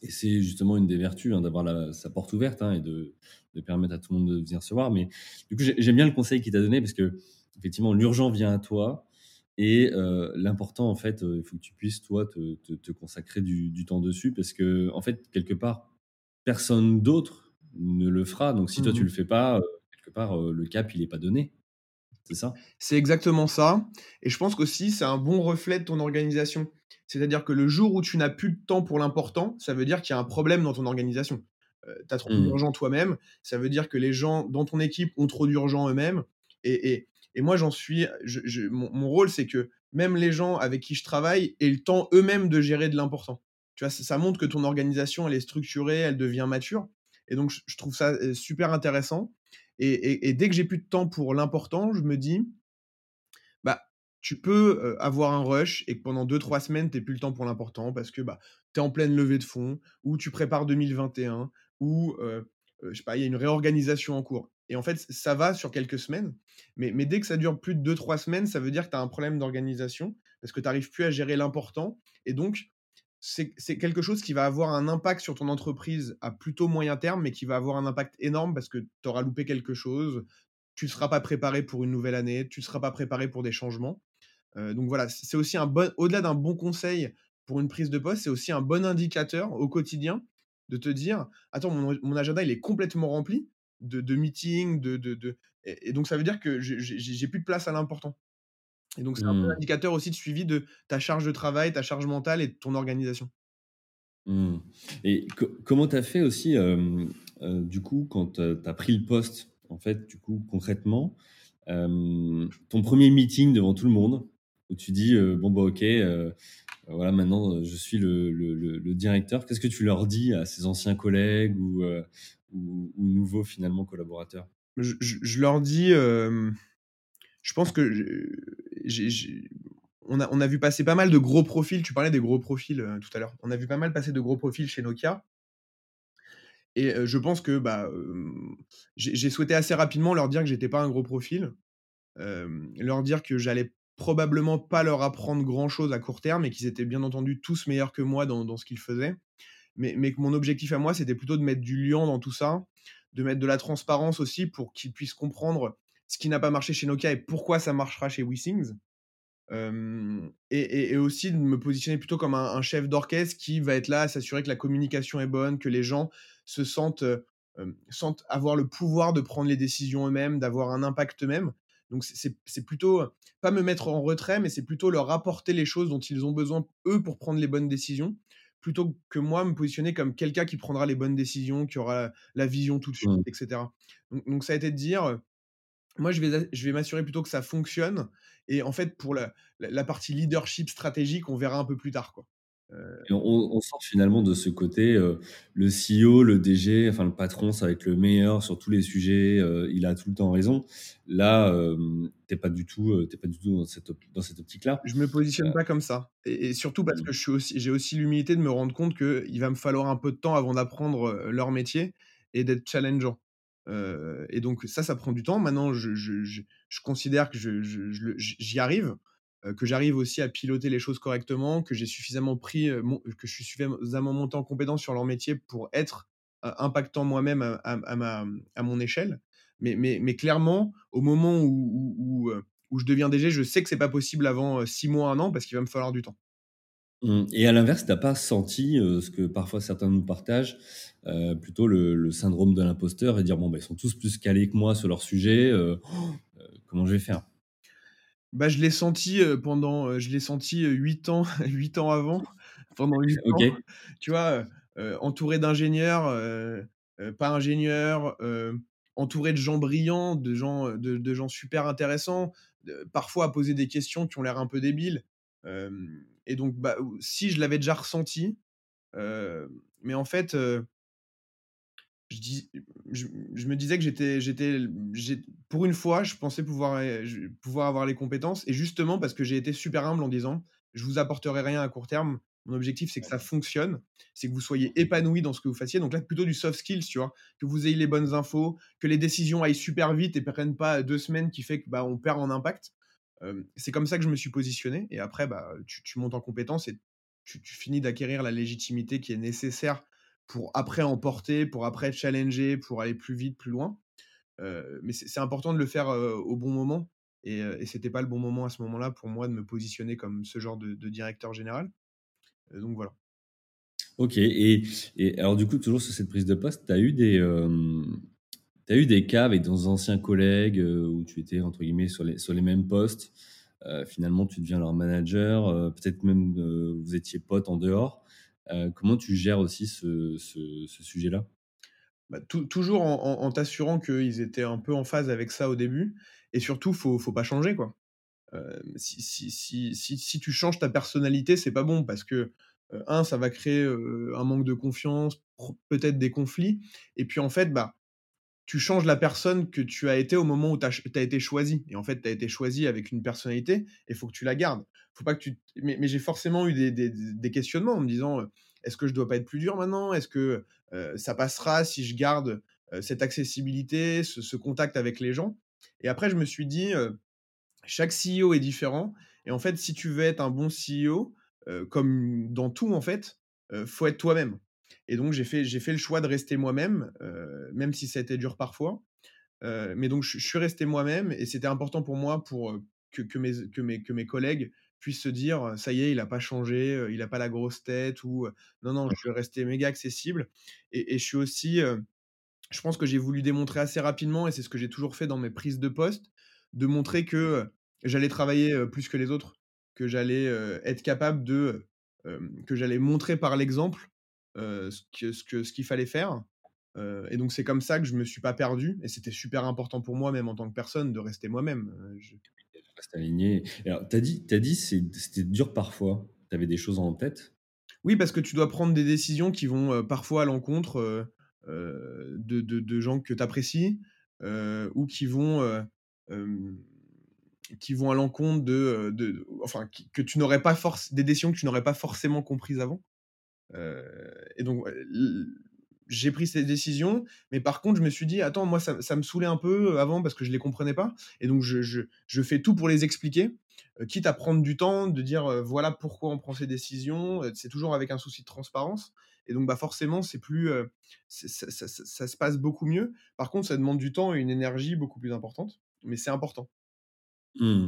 Et c'est justement une des vertus, hein, d'avoir la sa porte ouverte, hein, et de de permettre à tout le monde de venir se voir. Mais du coup, j'ai j'aime bien le conseil qu'il t'a donné parce qu'effectivement, l'urgent vient à toi et heu, l'important, en fait, heu, il faut que tu puisses, toi, te te te consacrer du du temps dessus parce que en fait, quelque part, personne d'autre ne le fera. Donc si toi, tu Mmh. le fais pas, heu, quelque part, heu, le cap, il est pas donné. C'est ça? C'est exactement ça et je pense qu'aussi c'est un bon reflet de ton organisation. C'est-à-dire que le jour où tu n'as plus de temps pour l'important, ça veut dire qu'il y a un problème dans ton organisation. Heu, tu as trop Mmh. d'urgent toi-même, ça veut dire que les gens dans ton équipe ont trop d'urgent eux-mêmes et et et moi j'en suis je je mon mon rôle c'est que même les gens avec qui je travaille aient le temps eux-mêmes de gérer de l'important. Tu vois? Ça ça montre que ton organisation elle est structurée, elle devient mature et donc je je trouve ça, heu, super intéressant et et et dès que j'ai plus de temps pour l'important, je me dis: bah, tu peux, heu, avoir un rush et que pendant deux trois semaines, tu plus le temps pour l'important parce que, bah, tu es en pleine levée de fonds ou tu prépares deux mille vingt et un ou, heu heu, je sais pas, il y a une réorganisation en cours et en fait, ç ça va sur quelques semaines, mais mais dès que ça dure plus de deux trois semaines, ça veut dire que tu as un problème d'organisation parce que tu arrives plus à gérer l'important et donc c'est c'est quelque chose qui va avoir un impact sur ton entreprise à plutôt moyen terme, mais qui va avoir un impact énorme parce que tu auras loupé quelque chose, tu ne seras pas préparé pour une nouvelle année, tu ne seras pas préparé pour des changements. Heu, donc voilà, c'est aussi un bon au-delà d'un bon conseil pour une prise de poste, c'est aussi un bon indicateur au quotidien de te dire: «Attends, mon mon agenda, il est complètement rempli de de meetings, de de de» et et donc ça veut dire que j'ai j'ai j'ai plus de place à l'important et donc c'est un bon Mmh. indicateur aussi de suivi de ta charge de travail, ta charge mentale et de ton organisation. Mmh. Et co comment tu as fait aussi, hem, heu, du coup, quand, heu, tu as pris le poste, en fait, du coup, concrètement, hem, ton premier meeting devant tout le monde, où tu dis, heu: «Bon, bah, OK, heu, voilà, maintenant, heu, je suis le le le le directeur». Qu'est-ce que tu leur dis à ces anciens collègues ou, heu, ou ou nouveaux, finalement, collaborateurs? Je je je leur dis, hem, je pense que je j'ai j'ai on a on a vu passer pas mal de gros profils, tu parlais des gros profils, heu, tout à l'heure. On a vu pas mal passer de gros profils chez Nokia et heu, je pense que, bah, hem, j'ai j'ai souhaité assez rapidement leur dire que j'étais pas un gros profil, hem, leur dire que j'allais probablement pas leur apprendre grand chose à court terme et qu'ils étaient bien entendu tous meilleurs que moi dans dans ce qu'ils faisaient. Mais mais que mon objectif à moi, c'était plutôt de mettre du liant dans tout ça, de mettre de la transparence aussi pour qu'ils puissent comprendre ce qui n'a pas marché chez Nokia et pourquoi ça marchera chez WeSings. Hem et et et aussi de me positionner plutôt comme un un chef d'orchestre qui va être là à s'assurer que la communication est bonne, que les gens se sentent, heu, hem, sentent avoir le pouvoir de prendre les décisions eux-mêmes, d'avoir un impact eux-mêmes. Donc c'est c'est c'est plutôt, heu, pas me mettre en retrait, mais c'est plutôt leur apporter les choses dont ils ont besoin, eux, pour prendre les bonnes décisions, plutôt que moi me positionner comme quelqu'un qui prendra les bonnes décisions, qui aura la la vision tout de suite Mmh. et cetera. Donc donc ça a été de dire, moi, je vais je vais m'assurer plutôt que ça fonctionne et en fait, pour la la la partie leadership stratégique, on verra un peu plus tard, quoi. Heu, Et on on sort finalement de ce côté, heu, le C E O, le D G, enfin le patron, ça va être le meilleur sur tous les sujets, heu, il a tout le temps raison. Là, hem, tu pas du tout, heu, tu pas du tout dans cette op dans cette optique-là. je me Heu, positionne pas comme ça et et surtout parce mmh, que je suis aussi j'ai aussi l'humilité de me rendre compte qu'il va me falloir un peu de temps avant d'apprendre, heu, leur métier et d'être challengeant. Heu et donc ça, ça prend du temps. Maintenant, je je je je considère que je je je le j'y arrive, heu, que j'arrive aussi à piloter les choses correctement, que j'ai suffisamment pris, heu, mon que je suis suffisamment monté en compétence sur leur métier pour être, heu, impactant moi-même à à à ma à mon échelle. Mais mais mais clairement, au moment où où où, heu, où je deviens D G, je sais que c'est pas possible avant, heu, six mois, un an parce qu'il va me falloir du temps. mmh et à l'inverse, tu pas senti, heu, ce que parfois certains nous partagent, heu, plutôt le le syndrome de l'imposteur et dire: «Bon, bah, ils sont tous plus calés que moi sur leur sujet, heu, heu, comment je vais faire?» Bah, je l'ai senti, heu, pendant, heu, je l'ai senti, heu, huit ans huit ans avant. Pendant huit ans, OK. tu vois, heu heu, entouré d'ingénieurs, heu heu, pas ingénieurs, heu, entouré de gens brillants, de gens, heu, de de gens super intéressants, heu, parfois à poser des questions qui ont l'air un peu débiles. Hem et donc, bah, ou si je l'avais déjà ressenti, heu, mais en fait, heu je dis je je me disais que j'étais j'étais j'ai pour une fois, je pensais pouvoir, heu, je pouvoir avoir les compétences et justement parce que j'ai été super humble en disant: «Je vous apporterai rien à court terme. Mon objectif, c'est que ça fonctionne, c'est que vous soyez épanoui dans ce que vous fassiez». Donc là, plutôt du soft skills, tu vois? Que vous ayez les bonnes infos, que les décisions aillent super vite et prennent pas deux semaines qui fait que, bah, on perd en impact. Hem, c'est comme ça que je me suis positionné et après, bah, tu tu montes en compétences et tu tu finis d'acquérir la légitimité qui est nécessaire pour après emporter, pour après challenger, pour aller plus vite, plus loin. Heu, mais c'est c'est important de le faire, heu, au bon moment et heu et c'était pas le bon moment à ce moment-là pour moi de me positionner comme ce genre de de directeur général, heu, donc voilà. OK et et alors du coup, toujours sur cette prise de poste, tu as eu des, hem, tu eu des cas avec des anciens collègues, heu, où tu étais entre guillemets «sur les sur les mêmes postes», heu, finalement tu deviens leur manager, heu, peut-être même, heu, vous étiez potes en dehors. Heu, comment tu gères aussi ce ce ce sujet-là? Bah, tou toujours en en en t'assurant qu'ils étaient un peu en phase avec ça au début et surtout faut faut pas changer, quoi. Hem, si si si si si tu changes ta personnalité, c'est pas bon parce que, heu, un ça va créer, heu, un manque de confiance, pro peut-être des conflits et puis en fait, bah, tu changes la personne que tu as été au moment où tu as été choisi et en fait, tu as été choisi avec une personnalité et il faut que tu la gardes. Faut pas que tu mais mais j'ai forcément eu des des des questionnements en me disant, heu: «Est-ce que je dois pas être plus dur maintenant? Est-ce que, heu, ça passera si je garde, heu, cette accessibilité, ce ce contact avec les gens?» Et après je me suis dit, heu: «Chaque C E O est différent et en fait, si tu veux être un bon C E O, heu, comme dans tout en fait, heu, faut être toi-même». Et donc j'ai fait j'ai fait le choix de rester moi-même, heu, même si ça a été dur parfois. Heu, mais donc je je suis resté moi-même et c'était important pour moi pour, heu, que que mes que mes que mes collègues puissent se dire, heu: «Ça y est, il a pas changé, heu, il a pas la grosse tête» ou, heu, non, non, je suis resté méga accessible et et je suis aussi, heu, je pense que j'ai voulu démontrer assez rapidement et c'est ce que j'ai toujours fait dans mes prises de poste, de montrer que, heu, j'allais travailler, heu, plus que les autres, que j'allais, heu, être capable de, heu, que j'allais montrer par l'exemple, heu, ce que ce que ce qu'il fallait faire, heu et donc c'est comme ça que je me suis pas perdu et c'était super important pour moi, même en tant que personne, de rester moi-même, heu, je Reste aligné et alors tu as dit tu as dit c'est c'était dur parfois. Tu avais des choses en tête? oui, parce que tu dois prendre des décisions qui vont, heu, parfois à l'encontre, heu heu, de de de gens que tu apprécies, heu, ou qui vont, heu, hem, qui vont à l'encontre de, heu, de enfin, qui que tu n'aurais pas forc des décisions que tu n'aurais pas forcément comprises avant. Heu et donc ouais, l j'ai pris ces décisions, mais par contre, je me suis dit: «Attends, moi, ça ça me saoulait un peu, heu, avant parce que je les comprenais pas» et donc je je je fais tout pour les expliquer, heu, quitte à prendre du temps, de dire, heu: «Voilà pourquoi on prend ces décisions», heu, c'est toujours avec un souci de transparence et donc bah, forcément, c'est plus, heu, c'est ça ça ça ça se passe beaucoup mieux. Par contre, ça demande du temps et une énergie beaucoup plus importante, mais c'est important. Mmh.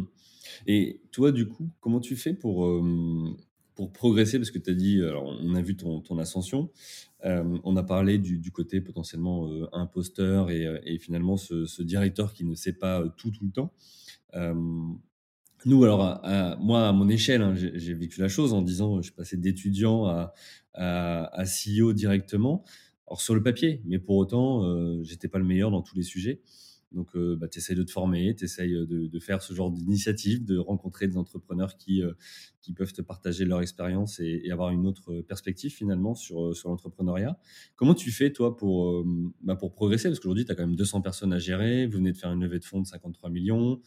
Et toi, du coup, comment tu fais pour, hem, pour progresser? Parce que tu as dit, alors on a vu ton ton ascension, hem, on a parlé du du côté potentiellement, heu, imposteur et heu et finalement ce ce directeur qui ne sait pas, heu, tout, tout le temps. Hem, nous alors à à moi, à mon échelle, hein, j'ai j'ai vécu la chose en disant, je suis passé d'étudiant à à à C E O directement. Alors sur le papier, mais pour autant, heu, j'étais pas le meilleur dans tous les sujets. Donc, heu, bah, tu essayes de te former, tu essayes, de de faire ce genre d'initiative, de rencontrer des entrepreneurs qui, heu, qui peuvent te partager leur expérience et et avoir une autre perspective finalement sur, heu, sur l'entrepreneuriat. Comment tu fais toi pour, hem, bah, pour progresser? Parce qu'aujourd'hui tu as quand même deux cents personnes à gérer, vous venez de faire une levée de fonds de cinquante-trois millions.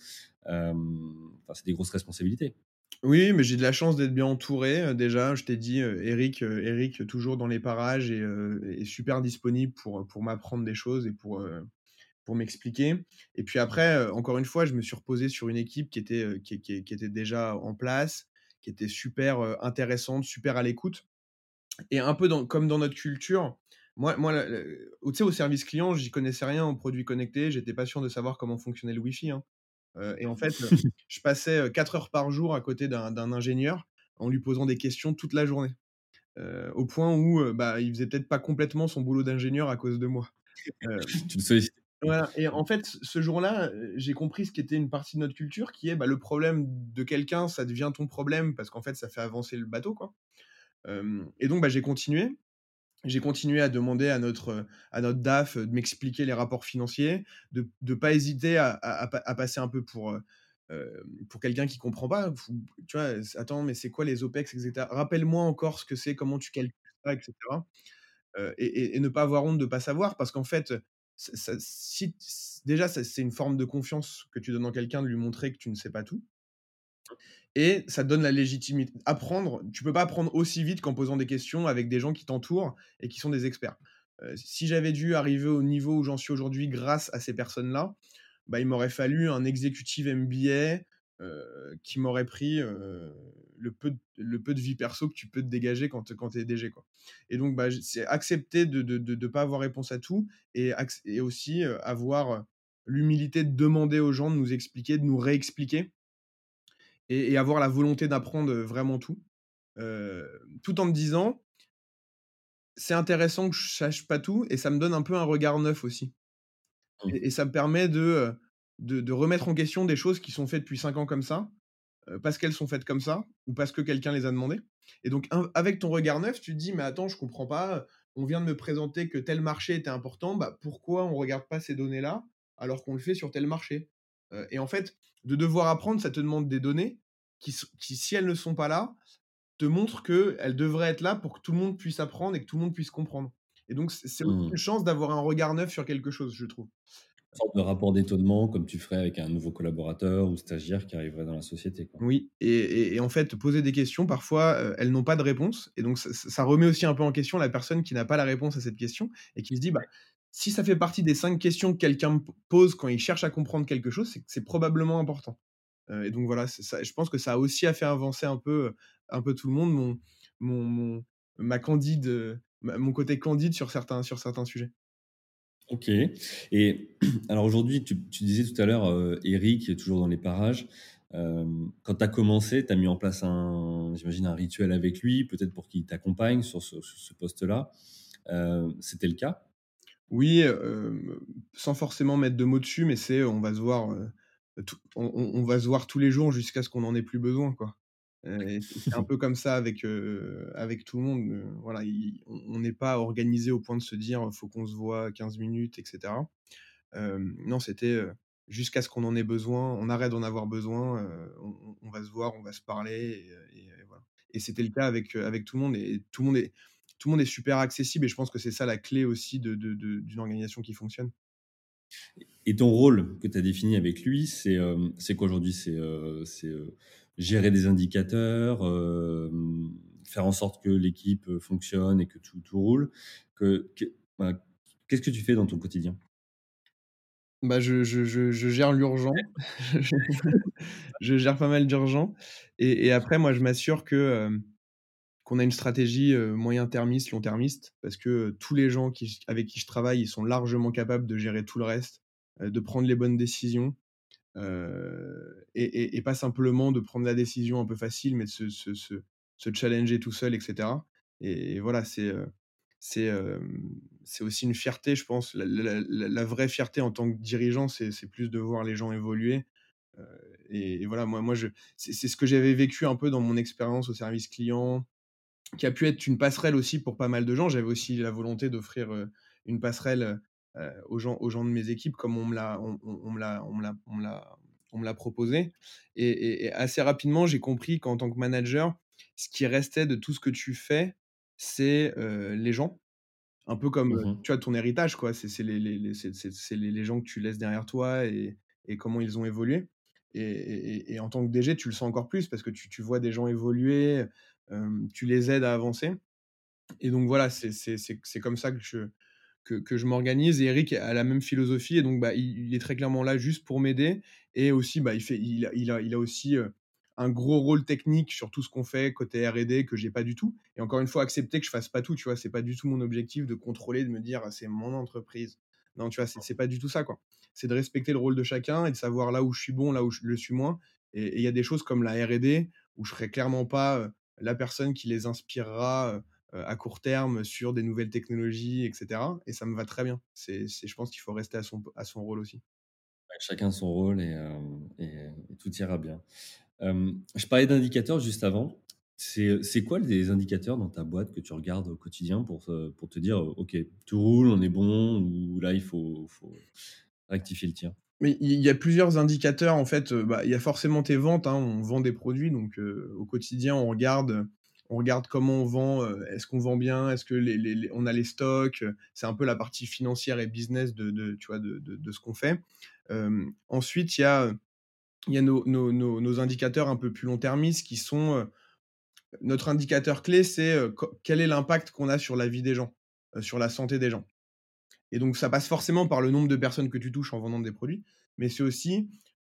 Hem, enfin c'est des grosses responsabilités. Oui, mais j'ai de la chance d'être bien entouré, heu, déjà. Je t'ai dit, heu, Eric, heu, Eric toujours dans les parages et heu et super disponible pour, pour m'apprendre des choses et pour, heu, pour m'expliquer et puis après, heu, encore une fois, je me suis reposé sur une équipe qui était, heu, qui qui qui était déjà en place, qui était super, heu, intéressante, super à l'écoute et un peu dans comme dans notre culture, moi moi, le le tu sais, au service client, j'y connaissais rien aux produits connectés, j'étais pas sûr de savoir comment fonctionnait le wifi, hein, heu et en fait, heu, je passais, heu, quatre heures par jour à côté d'un d'un ingénieur en lui posant des questions toute la journée, heu, au point où, heu, bah, il faisait peut-être pas complètement son boulot d'ingénieur à cause de moi, heu Tu le sollicites. voilà et en fait, ce jour-là, heu, j'ai compris ce qu'était une partie de notre culture qui est, bah, le problème de quelqu'un, ça devient ton problème parce qu'en fait, ça fait avancer le bateau, quoi. Hem et donc, bah, j'ai continué. J'ai continué à demander à notre, heu, à notre D A F de m'expliquer les rapports financiers, de de pas hésiter à à à pa à passer un peu pour, heu, hem, pour quelqu'un qui comprend pas. Fou tu vois? «Attends, mais c'est quoi les OPEX?» et cetera. «Rappelle-moi encore ce que c'est, comment tu calcules ça?» et cetera. Heu et et et ne pas avoir honte de pas savoir parce qu'en fait, ça ça si s déjà, ça c'est une forme de confiance que tu donnes en quelqu'un, de lui montrer que tu ne sais pas tout et ça te donne la légitimité. Apprendre, tu peux pas apprendre aussi vite qu'en posant des questions avec des gens qui t'entourent et qui sont des experts. Heu, si j'avais dû arriver au niveau où j'en suis aujourd'hui grâce à ces personnes-là, bah, il m'aurait fallu un executive M B A, heu, qui m'aurait pris, heu, le peu de le peu de vie perso que tu peux te dégager quand quand tu es D G, quoi. Et donc bah, j c'est accepter de de de de pas avoir réponse à tout et acc et aussi, heu, avoir l'humilité de demander aux gens de nous expliquer, de nous réexpliquer et et avoir la volonté d'apprendre, heu, vraiment tout, heu, tout en me disant: «C'est intéressant que je sache pas tout et ça me donne un peu un regard neuf aussi». Mmh. Et et ça me permet de, heu, de de remettre en question des choses qui sont faites depuis cinq ans comme ça, heu, parce qu'elles sont faites comme ça ou parce que quelqu'un les a demandées. Et donc in avec ton regard neuf, tu te dis: «Mais attends, je comprends pas, on vient de me présenter que tel marché était important, bah, pourquoi on regarde pas ces données-là, alors qu'on le fait sur tel marché?» Heu et en fait, de devoir apprendre, ça te demande des données qui s qui, si elles ne sont pas là, te montrent qu'elles devraient être là pour que tout le monde puisse apprendre et que tout le monde puisse comprendre. Et donc c'est c'est aussi Mmh. une chance d'avoir un regard neuf sur quelque chose, je trouve. Une sorte de rapport d'étonnement comme tu ferais avec un nouveau collaborateur ou stagiaire qui arriverait dans la société, quoi. Oui et et et en fait, poser des questions parfois, heu, elles n'ont pas de réponse et donc ça ça ça remet aussi un peu en question la personne qui n'a pas la réponse à cette question et qui se dit: «Bah, si ça fait partie des cinq questions que quelqu'un me p pose quand il cherche à comprendre quelque chose, c'est que c'est probablement important». Heu et donc voilà, c'est ça, je pense que ça a aussi à fait avancer un peu, heu, un peu tout le monde, mon mon mon ma candide, heu, ma mon côté candide sur certains sur certains sujets. OK. Et alors aujourd'hui, tu tu disais tout à l'heure, heu, Eric est toujours dans les parages. Hem, quand tu as commencé, tu as mis en place un j'imagine un rituel avec lui, peut-être pour qu'il t'accompagne sur ce sur ce poste-là. Heu, c'était le cas? Oui, hem, sans forcément mettre de mots dessus, mais c'est on va se voir, heu, tout on on on va se voir tous les jours jusqu'à ce qu'on en ait plus besoin, quoi. Heu et c'est c'est un peu comme ça avec, heu, avec tout le monde, heu, voilà, i on on n'est pas organisé au point de se dire: «Faut qu'on se voit quinze minutes» et cetera. Hem, non, c'était, heu, jusqu'à ce qu'on en ait besoin, on arrête d'en avoir besoin, heu, on on on va se voir, on va se parler et heu et et voilà. Et c'était le cas avec, heu, avec tout le monde et tout le monde est tout le monde est super accessible et je pense que c'est ça la clé aussi de de de d'une organisation qui fonctionne. Et ton rôle que tu as défini avec lui, c'est, hem, c'est quoi aujourd'hui? C'est, heu, c'est, heu, gérer des indicateurs, hem, faire en sorte que l'équipe, heu, fonctionne et que tout tout roule? Que que voilà, qu'est-ce que tu fais dans ton quotidien? Bah, je je je je gère l'urgent. Je gère pas mal d'urgent et et après moi je m'assure que, hem, qu'on a une stratégie, heu, moyen-termiste, long-termiste parce que, heu, tous les gens qui j avec qui je travaille, ils sont largement capables de gérer tout le reste, heu, de prendre les bonnes décisions, heu et et et pas simplement de prendre la décision un peu facile, mais de se se se se challenger tout seul et cetera. Et et voilà, c'est, heu, c'est, hem, c'est aussi une fierté, je pense. La la la la vraie fierté en tant que dirigeant, c'est c'est plus de voir les gens évoluer, heu et et voilà, moi moi je c'est c'est ce que j'avais vécu un peu dans mon expérience au service client, qui a pu être une passerelle aussi pour pas mal de gens. J'avais aussi la volonté d'offrir, heu, une passerelle, heu aux gens aux gens de mes équipes comme on me l'a on on on me l'a on me l'a on me l'a on me l'a proposé et et et assez rapidement, j'ai compris qu'en tant que manager, ce qui restait de tout ce que tu fais, c'est, heu, les gens. Un peu comme, Mmh heu, mh. tu vois, ton héritage, quoi. C'est c'est les les les c'est c'est c'est les les gens que tu laisses derrière toi et et comment ils ont évolué et et et et en tant que D G, tu le sens encore plus parce que tu tu vois des gens évoluer, hem, tu les aides à avancer et donc voilà, c'est c'est c'est c'est comme ça que je que que je m'organise et Eric a la même philosophie et donc bah, il il est très clairement là juste pour m'aider et aussi, bah, il fait il a il a il a aussi, heu, un gros rôle technique sur tout ce qu'on fait côté R et D que j'ai pas du tout et encore une fois, accepter que je fasse pas tout, tu vois? C'est pas du tout mon objectif de contrôler, de me dire: «Ah, «C'est mon entreprise». Non, tu vois? C'est c'est pas du tout ça, quoi. C'est de respecter le rôle de chacun et de savoir là où je suis bon, là où je le suis moins et et il y a des choses comme la R et D où je serai clairement pas, heu, la personne qui les inspirera, heu heu, à court terme sur des nouvelles technologies et cetera et ça me va très bien. C'est c'est je pense qu'il faut rester à son à son rôle aussi. Ouais, chacun son rôle et hem et et tout ira bien. Hem, je parlais d'indicateurs juste avant. C'est, c'est quoi les indicateurs dans ta boîte que tu regardes au quotidien pour te pour te dire: «OK, tout roule, on est bon» ou là il faut faut rectifier le tir? Mais il y a plusieurs indicateurs en fait, heu, bah, il y a forcément tes ventes, hein, on vend des produits donc heu, au quotidien on regarde, on regarde comment on vend, heu, est-ce qu'on vend bien? Est-ce que les les les on a les stocks? Heu, c'est un peu la partie financière et business de de tu vois, de de de ce qu'on fait. Hem, ensuite il y a, il y a nos nos nos nos indicateurs un peu plus long-termistes qui sont, heu, notre indicateur clé c'est, heu, co quel est l'impact qu'on a sur la vie des gens, heu, sur la santé des gens. Et donc ça passe forcément par le nombre de personnes que tu touches en vendant des produits, mais c'est aussi,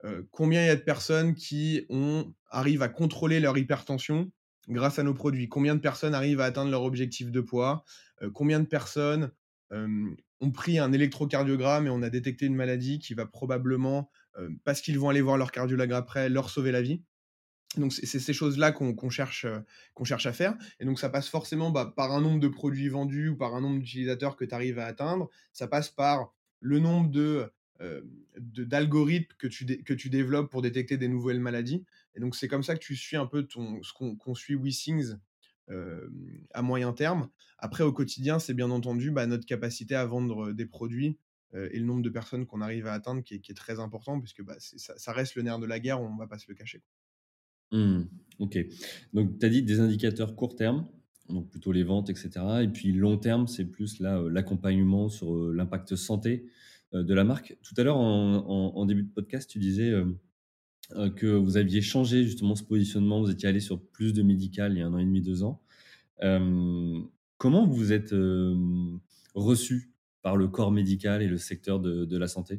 Heu, combien il y a de personnes qui ont arrivent à contrôler leur hypertension grâce à nos produits? Combien de personnes arrivent à atteindre leur objectif de poids? Heu, combien de personnes, hem, ont pris un électrocardiogramme et on a détecté une maladie qui va probablement, heu, parce qu'ils vont aller voir leur cardiologue après, leur sauver la vie? Donc c'est c'est ces choses-là qu'on qu'on cherche, heu, qu'on cherche à faire et donc ça passe forcément, bah, par un nombre de produits vendus ou par un nombre d'utilisateurs que tu arrives à atteindre. Ça passe par le nombre de, heu, de d'algorithmes que tu dé que tu développes pour détecter des nouvelles maladies et donc c'est comme ça que tu suis un peu ton ce qu'on qu'on suit WeSings, hem, à moyen terme. Après au quotidien, c'est bien entendu, bah, notre capacité à vendre, des produits, heu et le nombre de personnes qu'on arrive à atteindre qui est qui est très important puisque, bah, c'est ça ça reste le nerf de la guerre, on va pas se le cacher. Mmh. OK. Donc tu as dit des indicateurs court terme, donc plutôt les ventes et cetera et puis long terme, c'est plus là, heu, l'accompagnement sur, heu, l'impact santé, heu, de la marque. Tout à l'heure en en en début de podcast, tu disais, hem, heu, que vous aviez changé justement ce positionnement, vous étiez allé sur plus de médical il y a un an et demi, deux ans. Hem, Comment vous êtes, hem, reçus par le corps médical et le secteur de de la santé?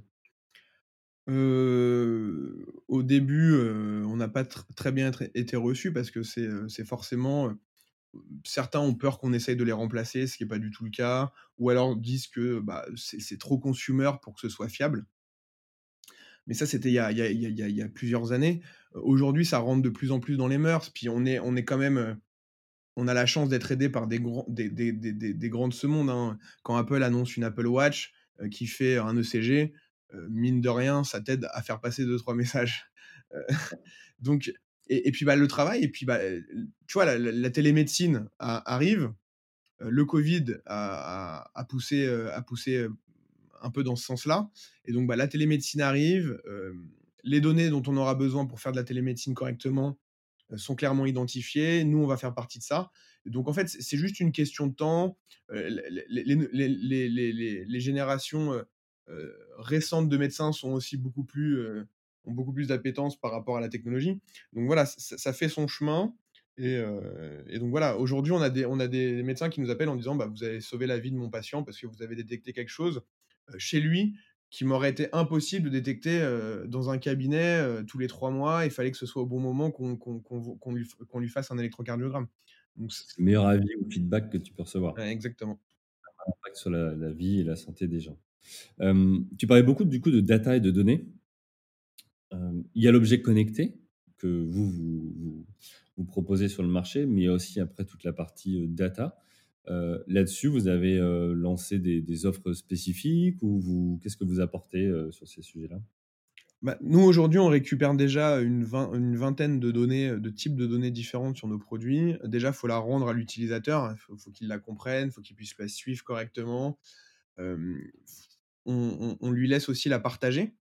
Heu, au début, heu, on n'a pas tr très bien être été reçus parce que c'est, heu, c'est forcément, heu, certains ont peur qu'on essaye de les remplacer, ce qui est pas du tout le cas, ou alors disent que, bah, c'est c'est trop consumer pour que ce soit fiable. Mais ça, c'était il y a il y a il y a il y a il y a plusieurs années. Heu, aujourd'hui, ça rentre de plus en plus dans les mœurs, puis on est on est quand même, heu, on a la chance d'être aidé par des grands des des des des des grands de ce monde, hein. Quand Apple annonce une Apple Watch, heu, qui fait un E C G, heu, mine de rien, ça t'aide à faire passer deux trois messages. Heu, donc et et puis, bah, le travail et puis, bah, heu, tu vois, la la la télémédecine a arrive, heu, le covid a a a poussé, heu, a poussé, heu, un peu dans ce sens-là et donc, bah, la télémédecine arrive, hem, les données dont on aura besoin pour faire de la télémédecine correctement, heu, sont clairement identifiés. Nous, on va faire partie de ça. Donc en fait, c'est c'est juste une question de temps. Heu, les les les les les les les les générations, heu heu, récentes de médecins sont aussi beaucoup plus, heu, ont beaucoup plus d'appétence par rapport à la technologie. Donc voilà, ça ça fait son chemin et heu et donc voilà, aujourd'hui, on a des on a des médecins qui nous appellent en disant: «Bah, vous avez sauvé la vie de mon patient parce que vous avez détecté quelque chose, heu, chez lui qui m'aurait été impossible de détecter, heu, dans un cabinet, heu, tous les trois mois. Il fallait que ce soit au bon moment qu'on qu'on qu'on v qu'on lui f qu'on lui fasse un électrocardiogramme. Donc c C'est le meilleur avis ou feedback que tu peux recevoir. ouais, exactement. Impact sur la la vie et la santé des gens. Hem, tu parlais beaucoup du coup de data et de données. Hem, il y a l'objet connecté que vous, vous vous vous proposez sur le marché, mais il y a aussi après toute la partie, heu, data. Heu, là-dessus, vous avez, heu, lancé des des offres spécifiques ou vous qu'est-ce que vous apportez, heu, sur ces sujets-là? Bah, nous, aujourd'hui, on récupère déjà une vingt une vingtaine de données, heu, de types de données différentes sur nos produits. Déjà, il faut la rendre à l'utilisateur, il faut faut qu'il la comprenne, il faut qu'il puisse la suivre correctement. Hem, on on on lui laisse aussi la partager.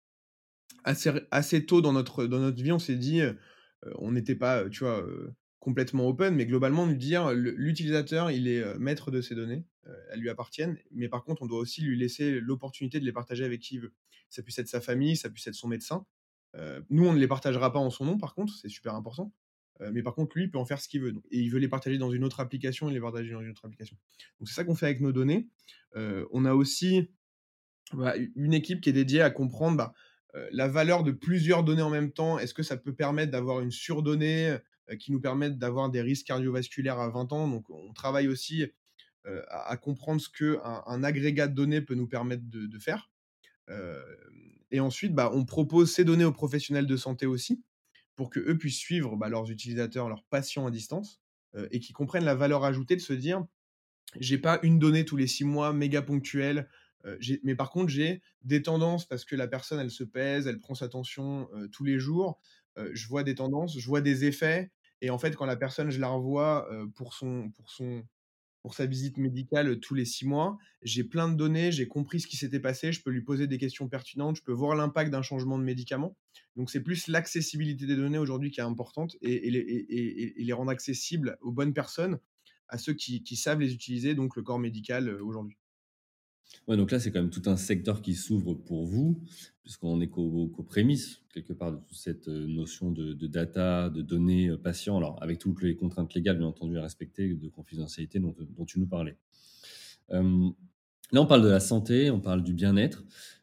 Assez r assez tôt dans notre dans notre vie, on s'est dit, heu heu, on n'était pas, heu, tu vois, heu, complètement open, mais globalement nous dire: «Le l'utilisateur, il est, heu, maître de ses données, heu, elles lui appartiennent, mais par contre, on doit aussi lui laisser l'opportunité de les partager avec qui il veut». Ça puisse être sa famille, ça puisse être son médecin. Heu, nous, on ne les partagera pas en son nom par contre, c'est super important. Heu, mais par contre, lui, il peut en faire ce qu'il veut donc et il veut les partager dans une autre application, il les partage dans une autre application. Donc c'est ça qu'on fait avec nos données. Heu, on a aussi bah, u une équipe qui est dédiée à comprendre, bah, heu, la valeur de plusieurs données en même temps. Est-ce que ça peut permettre d'avoir une surdonnée, heu, qui nous permette d'avoir des risques cardiovasculaires à vingt ans? Donc on travaille aussi, heu, à à comprendre ce qu'un un agrégat de données peut nous permettre de de faire. Hem et ensuite, bah, on propose ces données aux professionnels de santé aussi, pour qu'eux puissent suivre, bah, leurs utilisateurs, leurs patients à distance, heu et qu'ils comprennent la valeur ajoutée de se dire: j'ai pas une donnée tous les six mois méga ponctuelle, heu, j'ai mais par contre, j'ai des tendances parce que la personne, elle se pèse, elle prend sa tension, heu, tous les jours. Heu, je vois des tendances, je vois des effets et en fait, quand la personne, je la revois, heu, pour son pour son pour sa visite médicale, heu, tous les six mois, j'ai plein de données, j'ai compris ce qui s'était passé, je peux lui poser des questions pertinentes, je peux voir l'impact d'un changement de médicament. Donc c'est plus l'accessibilité des données aujourd'hui qui est importante et et les et et et les rendre accessibles aux bonnes personnes, à ceux qui qui savent les utiliser, donc le corps médical, heu, aujourd'hui. Ouais, donc là, c'est quand même tout un secteur qui s'ouvre pour vous, puisqu'on est qu'aux qu'aux prémices, quelque part, de toute cette, heu, notion de de data, de données, heu, patients. Alors avec toutes les contraintes légales, bien entendu, à respecter, de confidentialité dont dont tu nous parlais. Hem, Là, on parle de la santé, on parle du bien-être.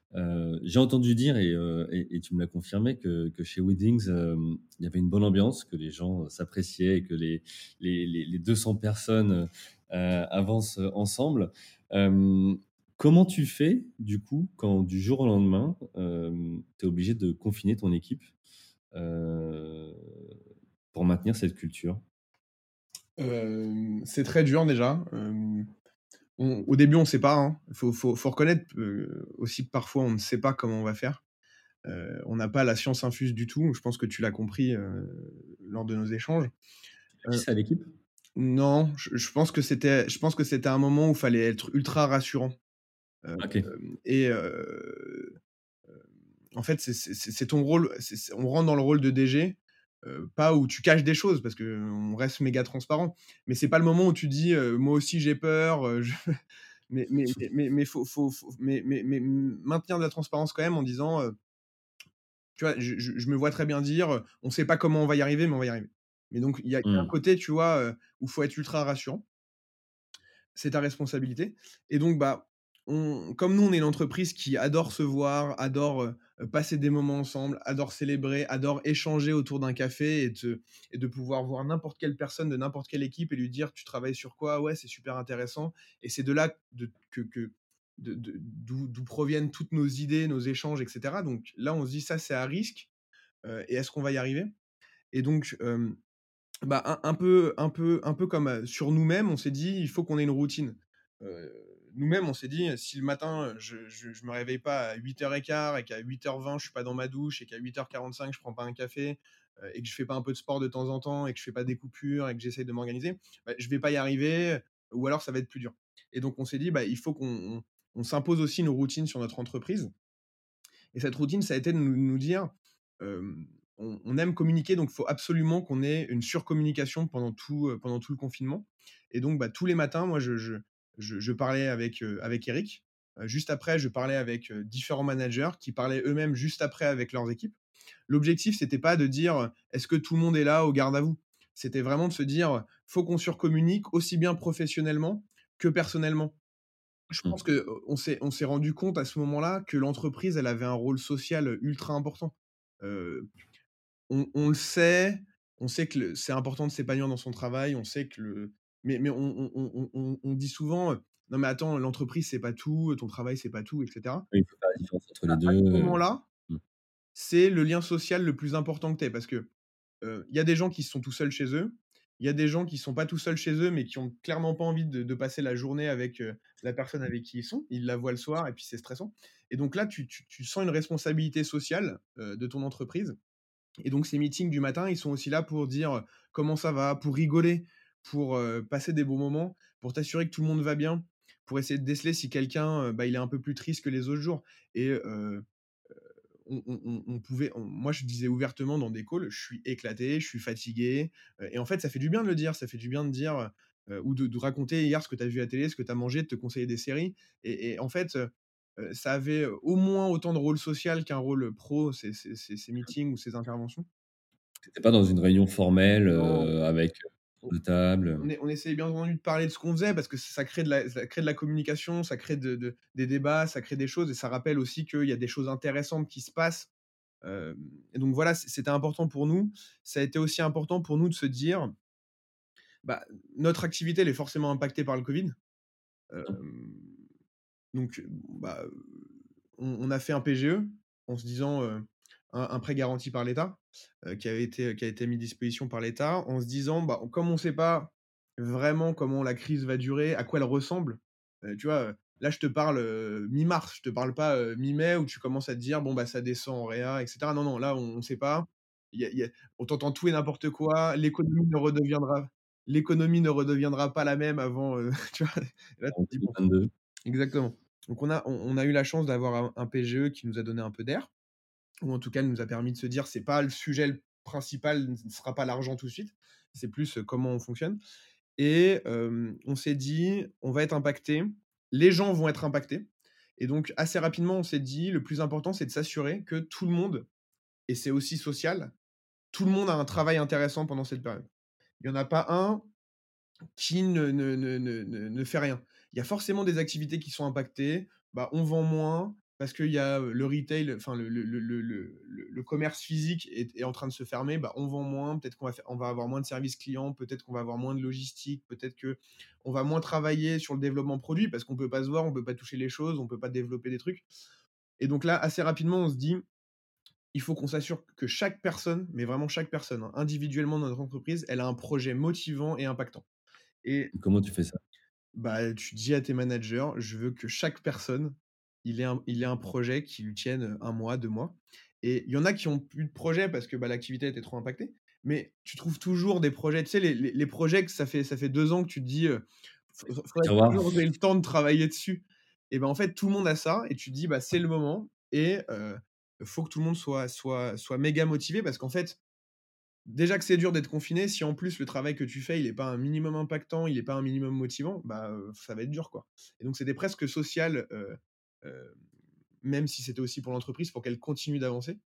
Heu, j'ai entendu dire et heu et et tu me l'as confirmé que que chez Weddings, hem, il y avait une bonne ambiance, que les gens, heu, s'appréciaient et que les les les les deux cents personnes, heu avancent, ensemble. Hem, Comment tu fais, du coup, quand du jour au lendemain, hem, tu es obligé de confiner ton équipe, heu, pour maintenir cette culture? Hem, c'est très dur déjà, hem, on au début, on sait pas, hein. Faut faut faut reconnaître, heu, aussi que parfois on ne sait pas comment on va faire. Heu, on n'a pas la science infuse du tout. Je pense que tu l'as compris, heu, lors de nos échanges. Tu as dit Heu, ça à l'équipe? non, je je pense que c'était je pense que c'était un moment où il fallait être ultra rassurant, hem OK. et heu en fait, c'est c'est c'est c'est ton rôle, c'est c'est on rentre dans le rôle de D G, heu, pas où tu caches des choses parce qu'on reste méga transparent. Mais c'est pas le moment où tu dis, heu: «Moi aussi j'ai peur, heu, je» mais mais mais mais mais faut faut faut mais mais mais maintenir de la transparence quand même en disant, heu, tu vois? Je je je me vois très bien dire, heu: «On sait pas comment on va y arriver, mais on va y arriver». Mais donc il y a il y a un Mmh. côté, tu vois, heu, où faut être ultra rassurant. C'est ta responsabilité et donc bah, on comme nous, on est une entreprise qui adore se voir, adore, heu heu, passer des moments ensemble, adore célébrer, adore échanger autour d'un café et de et de pouvoir voir n'importe quelle personne de n'importe quelle équipe et lui dire: «Tu travailles sur quoi? Ouais, c'est super intéressant» et c'est de là de que que de de d'où d'où proviennent toutes nos idées, nos échanges et cetera. Donc là, on se dit: «Ça, c'est à risque, heu et est-ce qu'on va y arriver?» et donc hem bah, un un peu un peu un peu comme, heu, sur nous-mêmes, on s'est dit: «Il faut qu'on ait une routine». Heu, nous-mêmes, on s'est dit: «Si le matin, je je je me réveille pas à huit heures quinze et qu'à huit heures vingt, je suis pas dans ma douche et qu'à huit heures quarante-cinq, je prends pas un café, heu, et que je fais pas un peu de sport de temps en temps et que je fais pas des coupures et que j'essaye de m'organiser, bah, je vais pas y arriver, ou alors ça va être plus dur». Et donc on s'est dit: «Bah, il faut qu'on on on s'impose aussi une routine sur notre entreprise». Et cette routine, ça a été de nous nous dire, hem, on on aime communiquer, donc il faut absolument qu'on ait une surcommunication pendant tout, heu, pendant tout le confinement. Et donc, bah, tous les matins, moi, je je je je parlais avec, heu, avec Eric. Heu, juste après, je parlais avec, heu, différents managers qui parlaient eux-mêmes juste après avec leurs équipes. L'objectif, c'était pas de dire, heu: «Est-ce que tout le monde est là au garde à vous?» C'était vraiment de se dire, «Faut qu'on surcommunique aussi bien professionnellement que personnellement». Je Mmh. pense que, heu, on s'est on s'est rendu compte à ce moment-là que l'entreprise, elle avait un rôle social, ultra important. Heu, on on le sait, on sait que le c'est important de s'épanouir dans son travail, on sait que le mais mais on on on on on on dit souvent, heu: «Non mais attends, l'entreprise c'est pas tout, ton travail c'est pas tout» et cetera. Oui, il faut faire la différence entre les À deux. ce heu, moment-là, mmh. c'est le lien social le plus important que tu aies parce que Heu, il y a des gens qui sont tout seuls chez eux. Il y a des gens qui sont pas tout seuls chez eux, mais qui ont clairement pas envie de de passer la journée avec, heu, la personne avec qui ils sont. Ils la voient le soir et puis c'est stressant. Et donc là, tu tu tu sens une responsabilité sociale, heu, de ton entreprise. Et donc ces meetings du matin, ils sont aussi là pour dire, heu, comment ça va, pour rigoler, pour, heu, passer des bons moments, pour t'assurer que tout le monde va bien, pour essayer de déceler si quelqu'un, heu, bah, il est un peu plus triste que les autres jours. Et heu on on on on pouvait on moi, je disais ouvertement dans des calls: «Je suis éclaté, je suis fatigué», heu et en fait, ça fait du bien de le dire. Ça fait du bien de dire, heu ou de de raconter hier ce que tu as vu à la télé, ce que tu as mangé, de te conseiller des séries. Et et en fait, heu heu, ça avait au moins autant de rôle social qu'un rôle pro, ces ces ces ces meetings ou ces interventions. Tu étais pas dans une réunion formelle, Non, heu, avec, heu, on tour de table. on est on essayait bien entendu de parler de ce qu'on faisait parce que ça crée de la ça crée de la communication, ça crée de de des débats, ça crée des choses et ça rappelle aussi qu'il y a des choses intéressantes qui se passent. Hem et donc voilà, c c'était important pour nous. Ça a été aussi important pour nous de se dire, bah, notre activité, elle est forcément impactée par le covid. Mmh. Hem, donc bah, on on a fait un P G E en se disant, heu, un un prêt garanti par l'État, heu, qui avait été qui a été mis à disposition par l'État en se disant, bah, comme on ne sait pas vraiment comment la crise va durer, à quoi elle ressemble, heu, tu vois? Heu, là, je te parle, heu, mi-mars, je te parle pas, heu, mi-mai où tu commences à te dire: «Bon, bah, ça descend en réa» et cetera. Non, non, là, on ne sait pas. Il y a il y a on t'entend tout et n'importe quoi. L'économie ne redeviendra l'économie ne redeviendra pas la même avant, heu, tu vois? Là, tu En te dis: «Bon». deux mille vingt-deux. Exactement. Donc on a on on a eu la chance d'avoir un un P G E qui nous a donné un peu d'air, ou en tout cas nous a permis de se dire: «C'est pas le sujet le principal, ne sera pas l'argent tout de suite, c'est plus, heu, comment on fonctionne». Et hem, on s'est dit: «On va être impacté, les gens vont être impactés». Et donc assez rapidement, on s'est dit: «Le plus important, c'est de s'assurer que tout le monde, et c'est aussi social, tout le monde a un travail intéressant pendant cette période». Il y en a pas un qui ne ne ne ne ne ne fait rien. Il y a forcément des activités qui sont impactées, bah, on vend moins, parce qu'il y a, heu, le retail, enfin le le le le le le le commerce physique est est en train de se fermer, bah, on vend moins, peut-être qu'on va faire on va avoir moins de service client, peut-être qu'on va avoir moins de logistique, peut-être qu'on va moins travailler sur le développement produit parce qu'on peut pas se voir, on peut pas toucher les choses, on peut pas développer des trucs. Et donc là, assez rapidement, on se dit: «Il faut qu'on s'assure que chaque personne, mais vraiment chaque personne, hein, individuellement dans notre entreprise, elle a un projet motivant et impactant». Et Comment tu fais ça? bah, tu dis à tes managers: «Je veux que chaque personne, il ait un il ait un projet qui lui tienne, heu, un mois, deux mois». Et il y en a qui ont plus de projet parce que, bah, l'activité était trop impactée, mais tu trouves toujours des projets, tu sais, les les les projets que ça fait ça fait deux ans que tu te dis, heu: «F faudrait Tu revoir? toujours que j'ai le temps de travailler dessus». Et ben, en fait, tout le monde a ça et tu te dis: «Bah, c'est le moment». Et heu, faut que tout le monde soit soit soit méga motivé parce qu'en fait, déjà que c'est dur d'être confiné, si en plus le travail que tu fais, il est pas un minimum impactant, il est pas un minimum motivant, bah, heu, ça va être dur, quoi. Et donc c'était presque social, heu heu, même si c'était aussi pour l'entreprise, pour qu'elle continue d'avancer.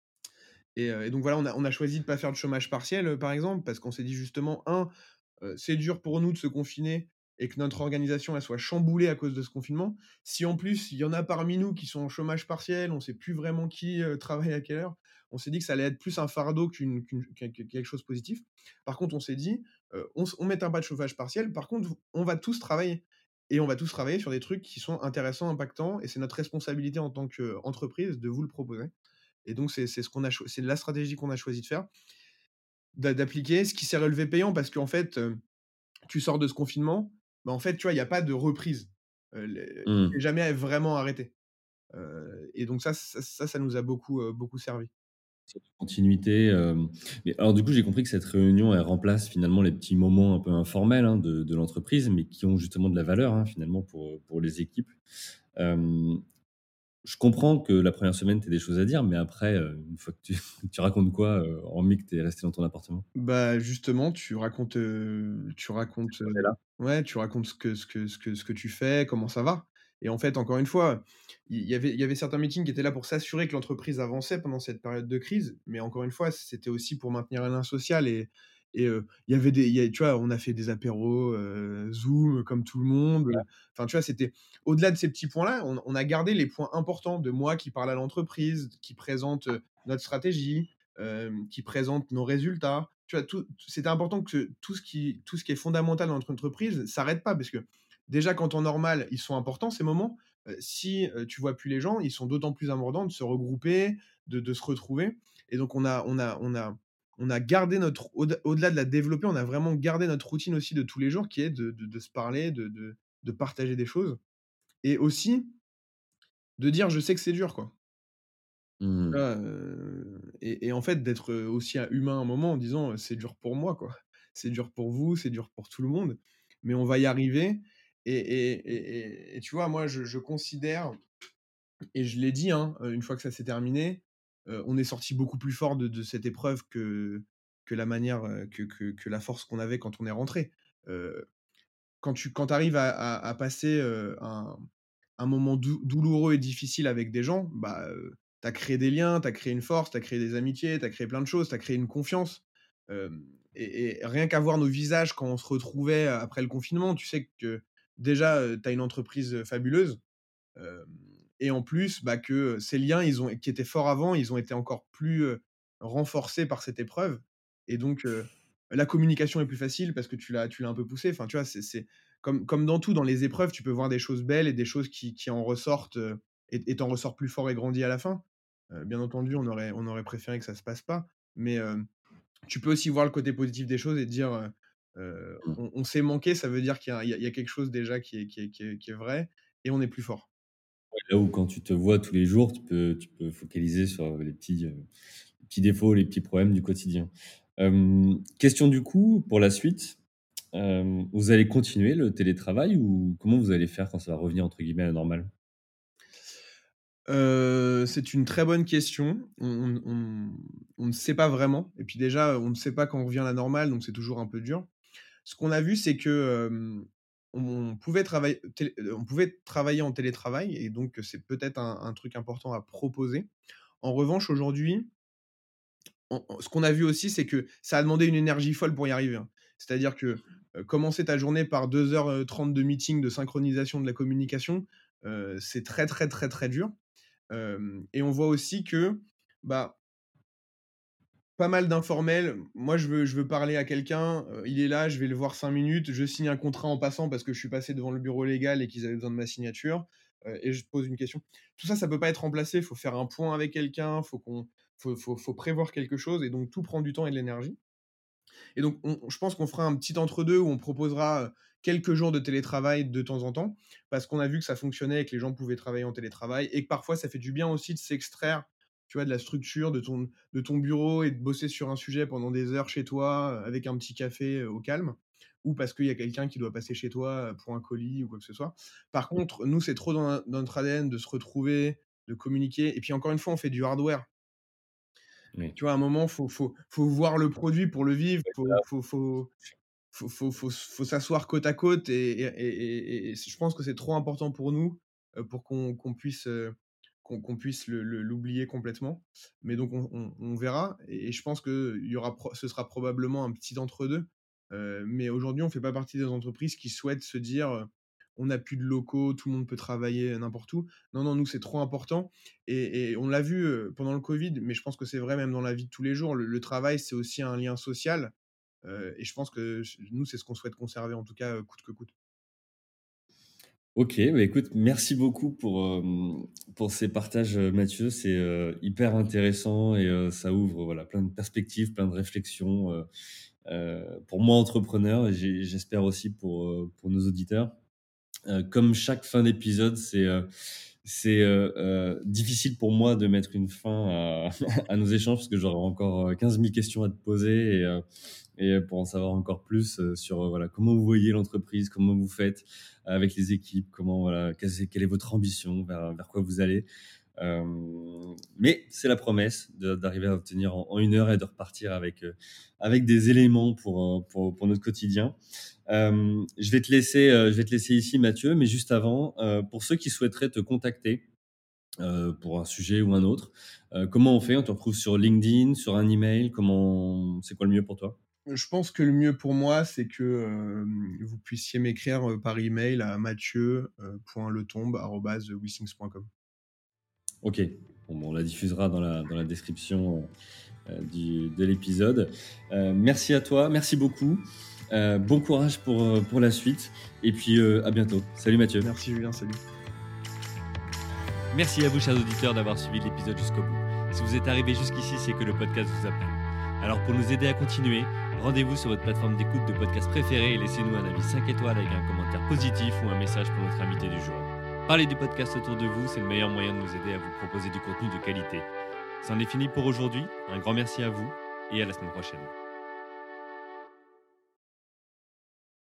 Et heu et donc voilà, on a on a choisi de pas faire de chômage partiel, heu, par exemple, parce qu'on s'est dit justement, un, heu, c'est dur pour nous de se confiner et que notre organisation, elle soit chamboulée à cause de ce confinement. Si en plus, il y en a parmi nous qui sont en chômage partiel, on sait plus vraiment qui, heu, travaille à quelle heure, on s'est dit que ça allait être plus un fardeau qu'une qu'une qu'un que quelque chose de positif. Par contre, on s'est dit, heu: «On s on mettra pas de chômage partiel, par contre, on va tous travailler et on va tous travailler sur des trucs qui sont intéressants, impactants et c'est notre responsabilité en tant qu'entreprise de vous le proposer». Et donc c'est c'est ce qu'on a cho c'est la stratégie qu'on a choisi de faire, d'a d'appliquer, ce qui s'est relevé payant parce qu'en fait, heu, tu sors de ce confinement, bah, en fait, tu vois, il y a pas de reprise. Heu, les Mmh. c'est jamais vraiment arrêté. Heu et donc ça ça ça ça nous a beaucoup, heu, beaucoup servi. Cette continuité, hem, mais alors du coup, j'ai compris que cette réunion, elle remplace finalement les petits moments un peu informels, hein, de de l'entreprise, mais qui ont justement de la valeur, hein, finalement pour, pour les équipes. Hem, je comprends que la première semaine, tu aies des choses à dire, mais après, heu, une fois que tu tu racontes quoi, heu, hormis que tu es resté dans ton appartement? Bah, justement, tu racontes, heu, tu racontes, heu, Projet-là? ouais, tu racontes ce que ce que ce que ce que tu fais, comment ça va. Et en fait, encore une fois, il y avait il y avait certains meetings qui étaient là pour s'assurer que l'entreprise avançait pendant cette période de crise, mais encore une fois, c'était aussi pour maintenir un lien social. Et et heu, il y avait des il y a tu vois, on a fait des apéros, heu, Zoom comme tout le monde, heu, enfin, tu vois, c'était au-delà de ces petits points-là, on on a gardé les points importants de moi qui parle à l'entreprise, qui présente, heu, notre stratégie, hem, qui présente nos résultats. Tu vois, tout c'était important que tout ce qui tout ce qui est fondamental dans notre entreprise s'arrête pas parce que déjà qu'en temps normal, ils sont importants ces moments. Heu, si, heu, tu vois plus les gens, ils sont d'autant plus importants de se regrouper, de de se retrouver. Et donc on a on a on a on a gardé notre au au-delà de la développer, on a vraiment gardé notre routine aussi de tous les jours qui est de de de se parler, de de de partager des choses et aussi de dire: «Je sais que c'est dur», quoi. Tu Mmh. vois, heu et et en fait, d'être, heu, aussi un humain un moment en disant, heu: «C'est dur pour moi, quoi. C'est dur pour vous, c'est dur pour tout le monde, mais on va y arriver». Et et et et et tu vois, moi, je je considère et je l'ai dit, hein, heu, une fois que ça s'est terminé, heu, on est sorti beaucoup plus fort de de cette épreuve que que la manière, heu, que que que la force qu'on avait quand on est rentré. Heu, quand tu quand arrives à à à passer, heu, un un moment dou douloureux et difficile avec des gens, bah, heu, tu as créé des liens, tu as créé une force, tu as créé des amitiés, tu as créé plein de choses, tu as créé une confiance. Hem et et rien qu'à voir nos visages quand on se retrouvait après le confinement, tu sais que déjà, heu, tu as une entreprise, heu, fabuleuse. Hem et en plus, bah, que ces liens, ils ont qui étaient forts avant, ils ont été encore plus, heu, renforcés par cette épreuve. Et donc heu, la communication est plus facile parce que tu l'as tu l'as un peu poussé. Enfin, tu vois, c'est c'est comme comme dans tout, dans les épreuves, tu peux voir des choses belles et des choses qui qui en ressortent, heu et et tu en ressors plus fort et grandi à la fin. Heu, bien entendu, on aurait on aurait préféré que ça se passe pas, mais hem, tu peux aussi voir le côté positif des choses et te dire, heu heu, Mmh. on on s'est manqué, ça veut dire qu'il y a il y a il y a quelque chose déjà qui est qui est qui est qui est vrai et on est plus fort. Là où quand tu te vois tous les jours, tu peux tu peux focaliser sur les petits, heu, les petits défauts, les petits problèmes du quotidien. Hem, question du coup, pour la suite, hem, vous allez continuer le télétravail ou comment vous allez faire quand ça va revenir entre guillemets «à la normale»? Heu, c'est une très bonne question. On on on on ne sait pas vraiment et puis déjà, on ne sait pas quand revient la normale, donc c'est toujours un peu dur. Ce qu'on a vu, c'est que, hem, on pouvait travailler télé heu, on pouvait travailler en télétravail et donc c'est peut-être un un truc important à proposer. En revanche, aujourd'hui, on on ce qu'on a vu aussi, c'est que ça a demandé une énergie folle pour y arriver, hein. C'est-à-dire que, heu, commencer ta journée par deux heures, heu, trente de meeting, de synchronisation de la communication, heu, c'est très, très, très, très dur. Hem et on voit aussi que, bah, pas mal d'informels. Moi, je veux je veux parler à quelqu'un, heu, il est là, je vais le voir cinq minutes, je signe un contrat en passant parce que je suis passé devant le bureau légal et qu'ils avaient besoin de ma signature, heu et je pose une question. Tout ça, ça peut pas être remplacé, il faut faire un point avec quelqu'un, faut qu'on faut faut faut prévoir quelque chose et donc tout prend du temps et de l'énergie. Et donc, on je pense qu'on fera un petit entre-deux où on proposera, heu, quelques jours de télétravail de temps en temps, parce qu'on a vu que ça fonctionnait et que les gens pouvaient travailler en télétravail et que parfois ça fait du bien aussi de s'extraire, tu vois, de la structure de ton de ton bureau et de bosser sur un sujet pendant des heures chez toi, heu, avec un petit café, heu, au calme ou parce qu'il y a quelqu'un qui doit passer chez toi, heu, pour un colis ou quoi que ce soit. Par contre, nous, c'est trop dans dans notre A D N de se retrouver, de communiquer et puis encore une fois, on fait du hardware. Oui. Tu vois, à un moment, faut faut faut voir le produit pour le vivre, Ouais, faut faut faut faut faut faut s faut s'asseoir côte à côte et et et et et je pense que c'est trop important pour nous, heu, pour qu'on qu'on puisse, heu, qu'on qu'on puisse le le l'oublier complètement. Mais donc on on on verra et et je pense qu'il y aura pro ce sera probablement un petit entre-deux. Heu, mais aujourd'hui, on fait pas partie des entreprises qui souhaitent se dire, heu: «On n'a plus de locaux, tout le monde peut travailler n'importe où». Non, non, nous, c'est trop important et et on l'a vu, heu, pendant le covid, mais je pense que c'est vrai même dans la vie de tous les jours. Le le travail, c'est aussi un lien social. Heu et je pense que ch nous, c'est ce qu'on souhaite conserver en tout cas, heu, coûte que coûte. OK, bah, écoute, merci beaucoup pour, hem, pour ces partages, heu, Mathieu. C'est, heu, hyper intéressant et heu, ça ouvre, voilà, plein de perspectives, plein de réflexions, heu heu, pour moi, entrepreneur et j'ai j'espère aussi pour, heu, pour nos auditeurs. Heu, comme chaque fin d'épisode, c'est, heu c'est, heu heu, difficile pour moi de mettre une fin à à nos échanges parce que j'aurais encore, heu, quinze mille questions à te poser et heu et pour en savoir encore plus, heu, sur, heu, voilà, comment vous voyez l'entreprise, comment vous faites avec les équipes, comment, voilà, quelle est quelle est votre ambition, vers vers quoi vous allez. Hem, mais c'est la promesse de d'arriver à obtenir en en une heure et de repartir avec, heu, avec des éléments pour, heu, pour pour notre quotidien. Hem, je vais te laisser, heu, je vais te laisser ici Mathieu, mais juste avant, heu, pour ceux qui souhaiteraient te contacter, heu, pour un sujet ou un autre, heu, comment on fait? On te retrouve sur LinkedIn, sur un email? Comment c'est quoi le mieux pour toi? Je pense que le mieux pour moi, c'est que, hem, vous puissiez m'écrire, heu, par email à mathieu, heu, point letombe arobase withings point com. OK. Bon, bon, on la diffusera dans la dans la description, heu heu, du de l'épisode. Heu, merci à toi, merci beaucoup. Heu, bon courage pour, heu, pour la suite et puis, heu, à bientôt. Salut Mathieu. Merci Julien, salut. Merci à vous, chers auditeurs, d'avoir suivi l'épisode jusqu'au bout. Si vous êtes arrivé jusqu'ici, c'est que le podcast vous a plu. Alors, pour nous aider à continuer, rendez-vous sur votre plateforme d'écoute de podcast préférée et laissez-nous un avis cinq étoiles avec un commentaire positif ou un message pour notre invité du jour. Parlez du podcast autour de vous, c'est le meilleur moyen de nous aider à vous proposer du contenu de qualité. C'en est fini pour aujourd'hui. Un grand merci à vous et à la semaine prochaine.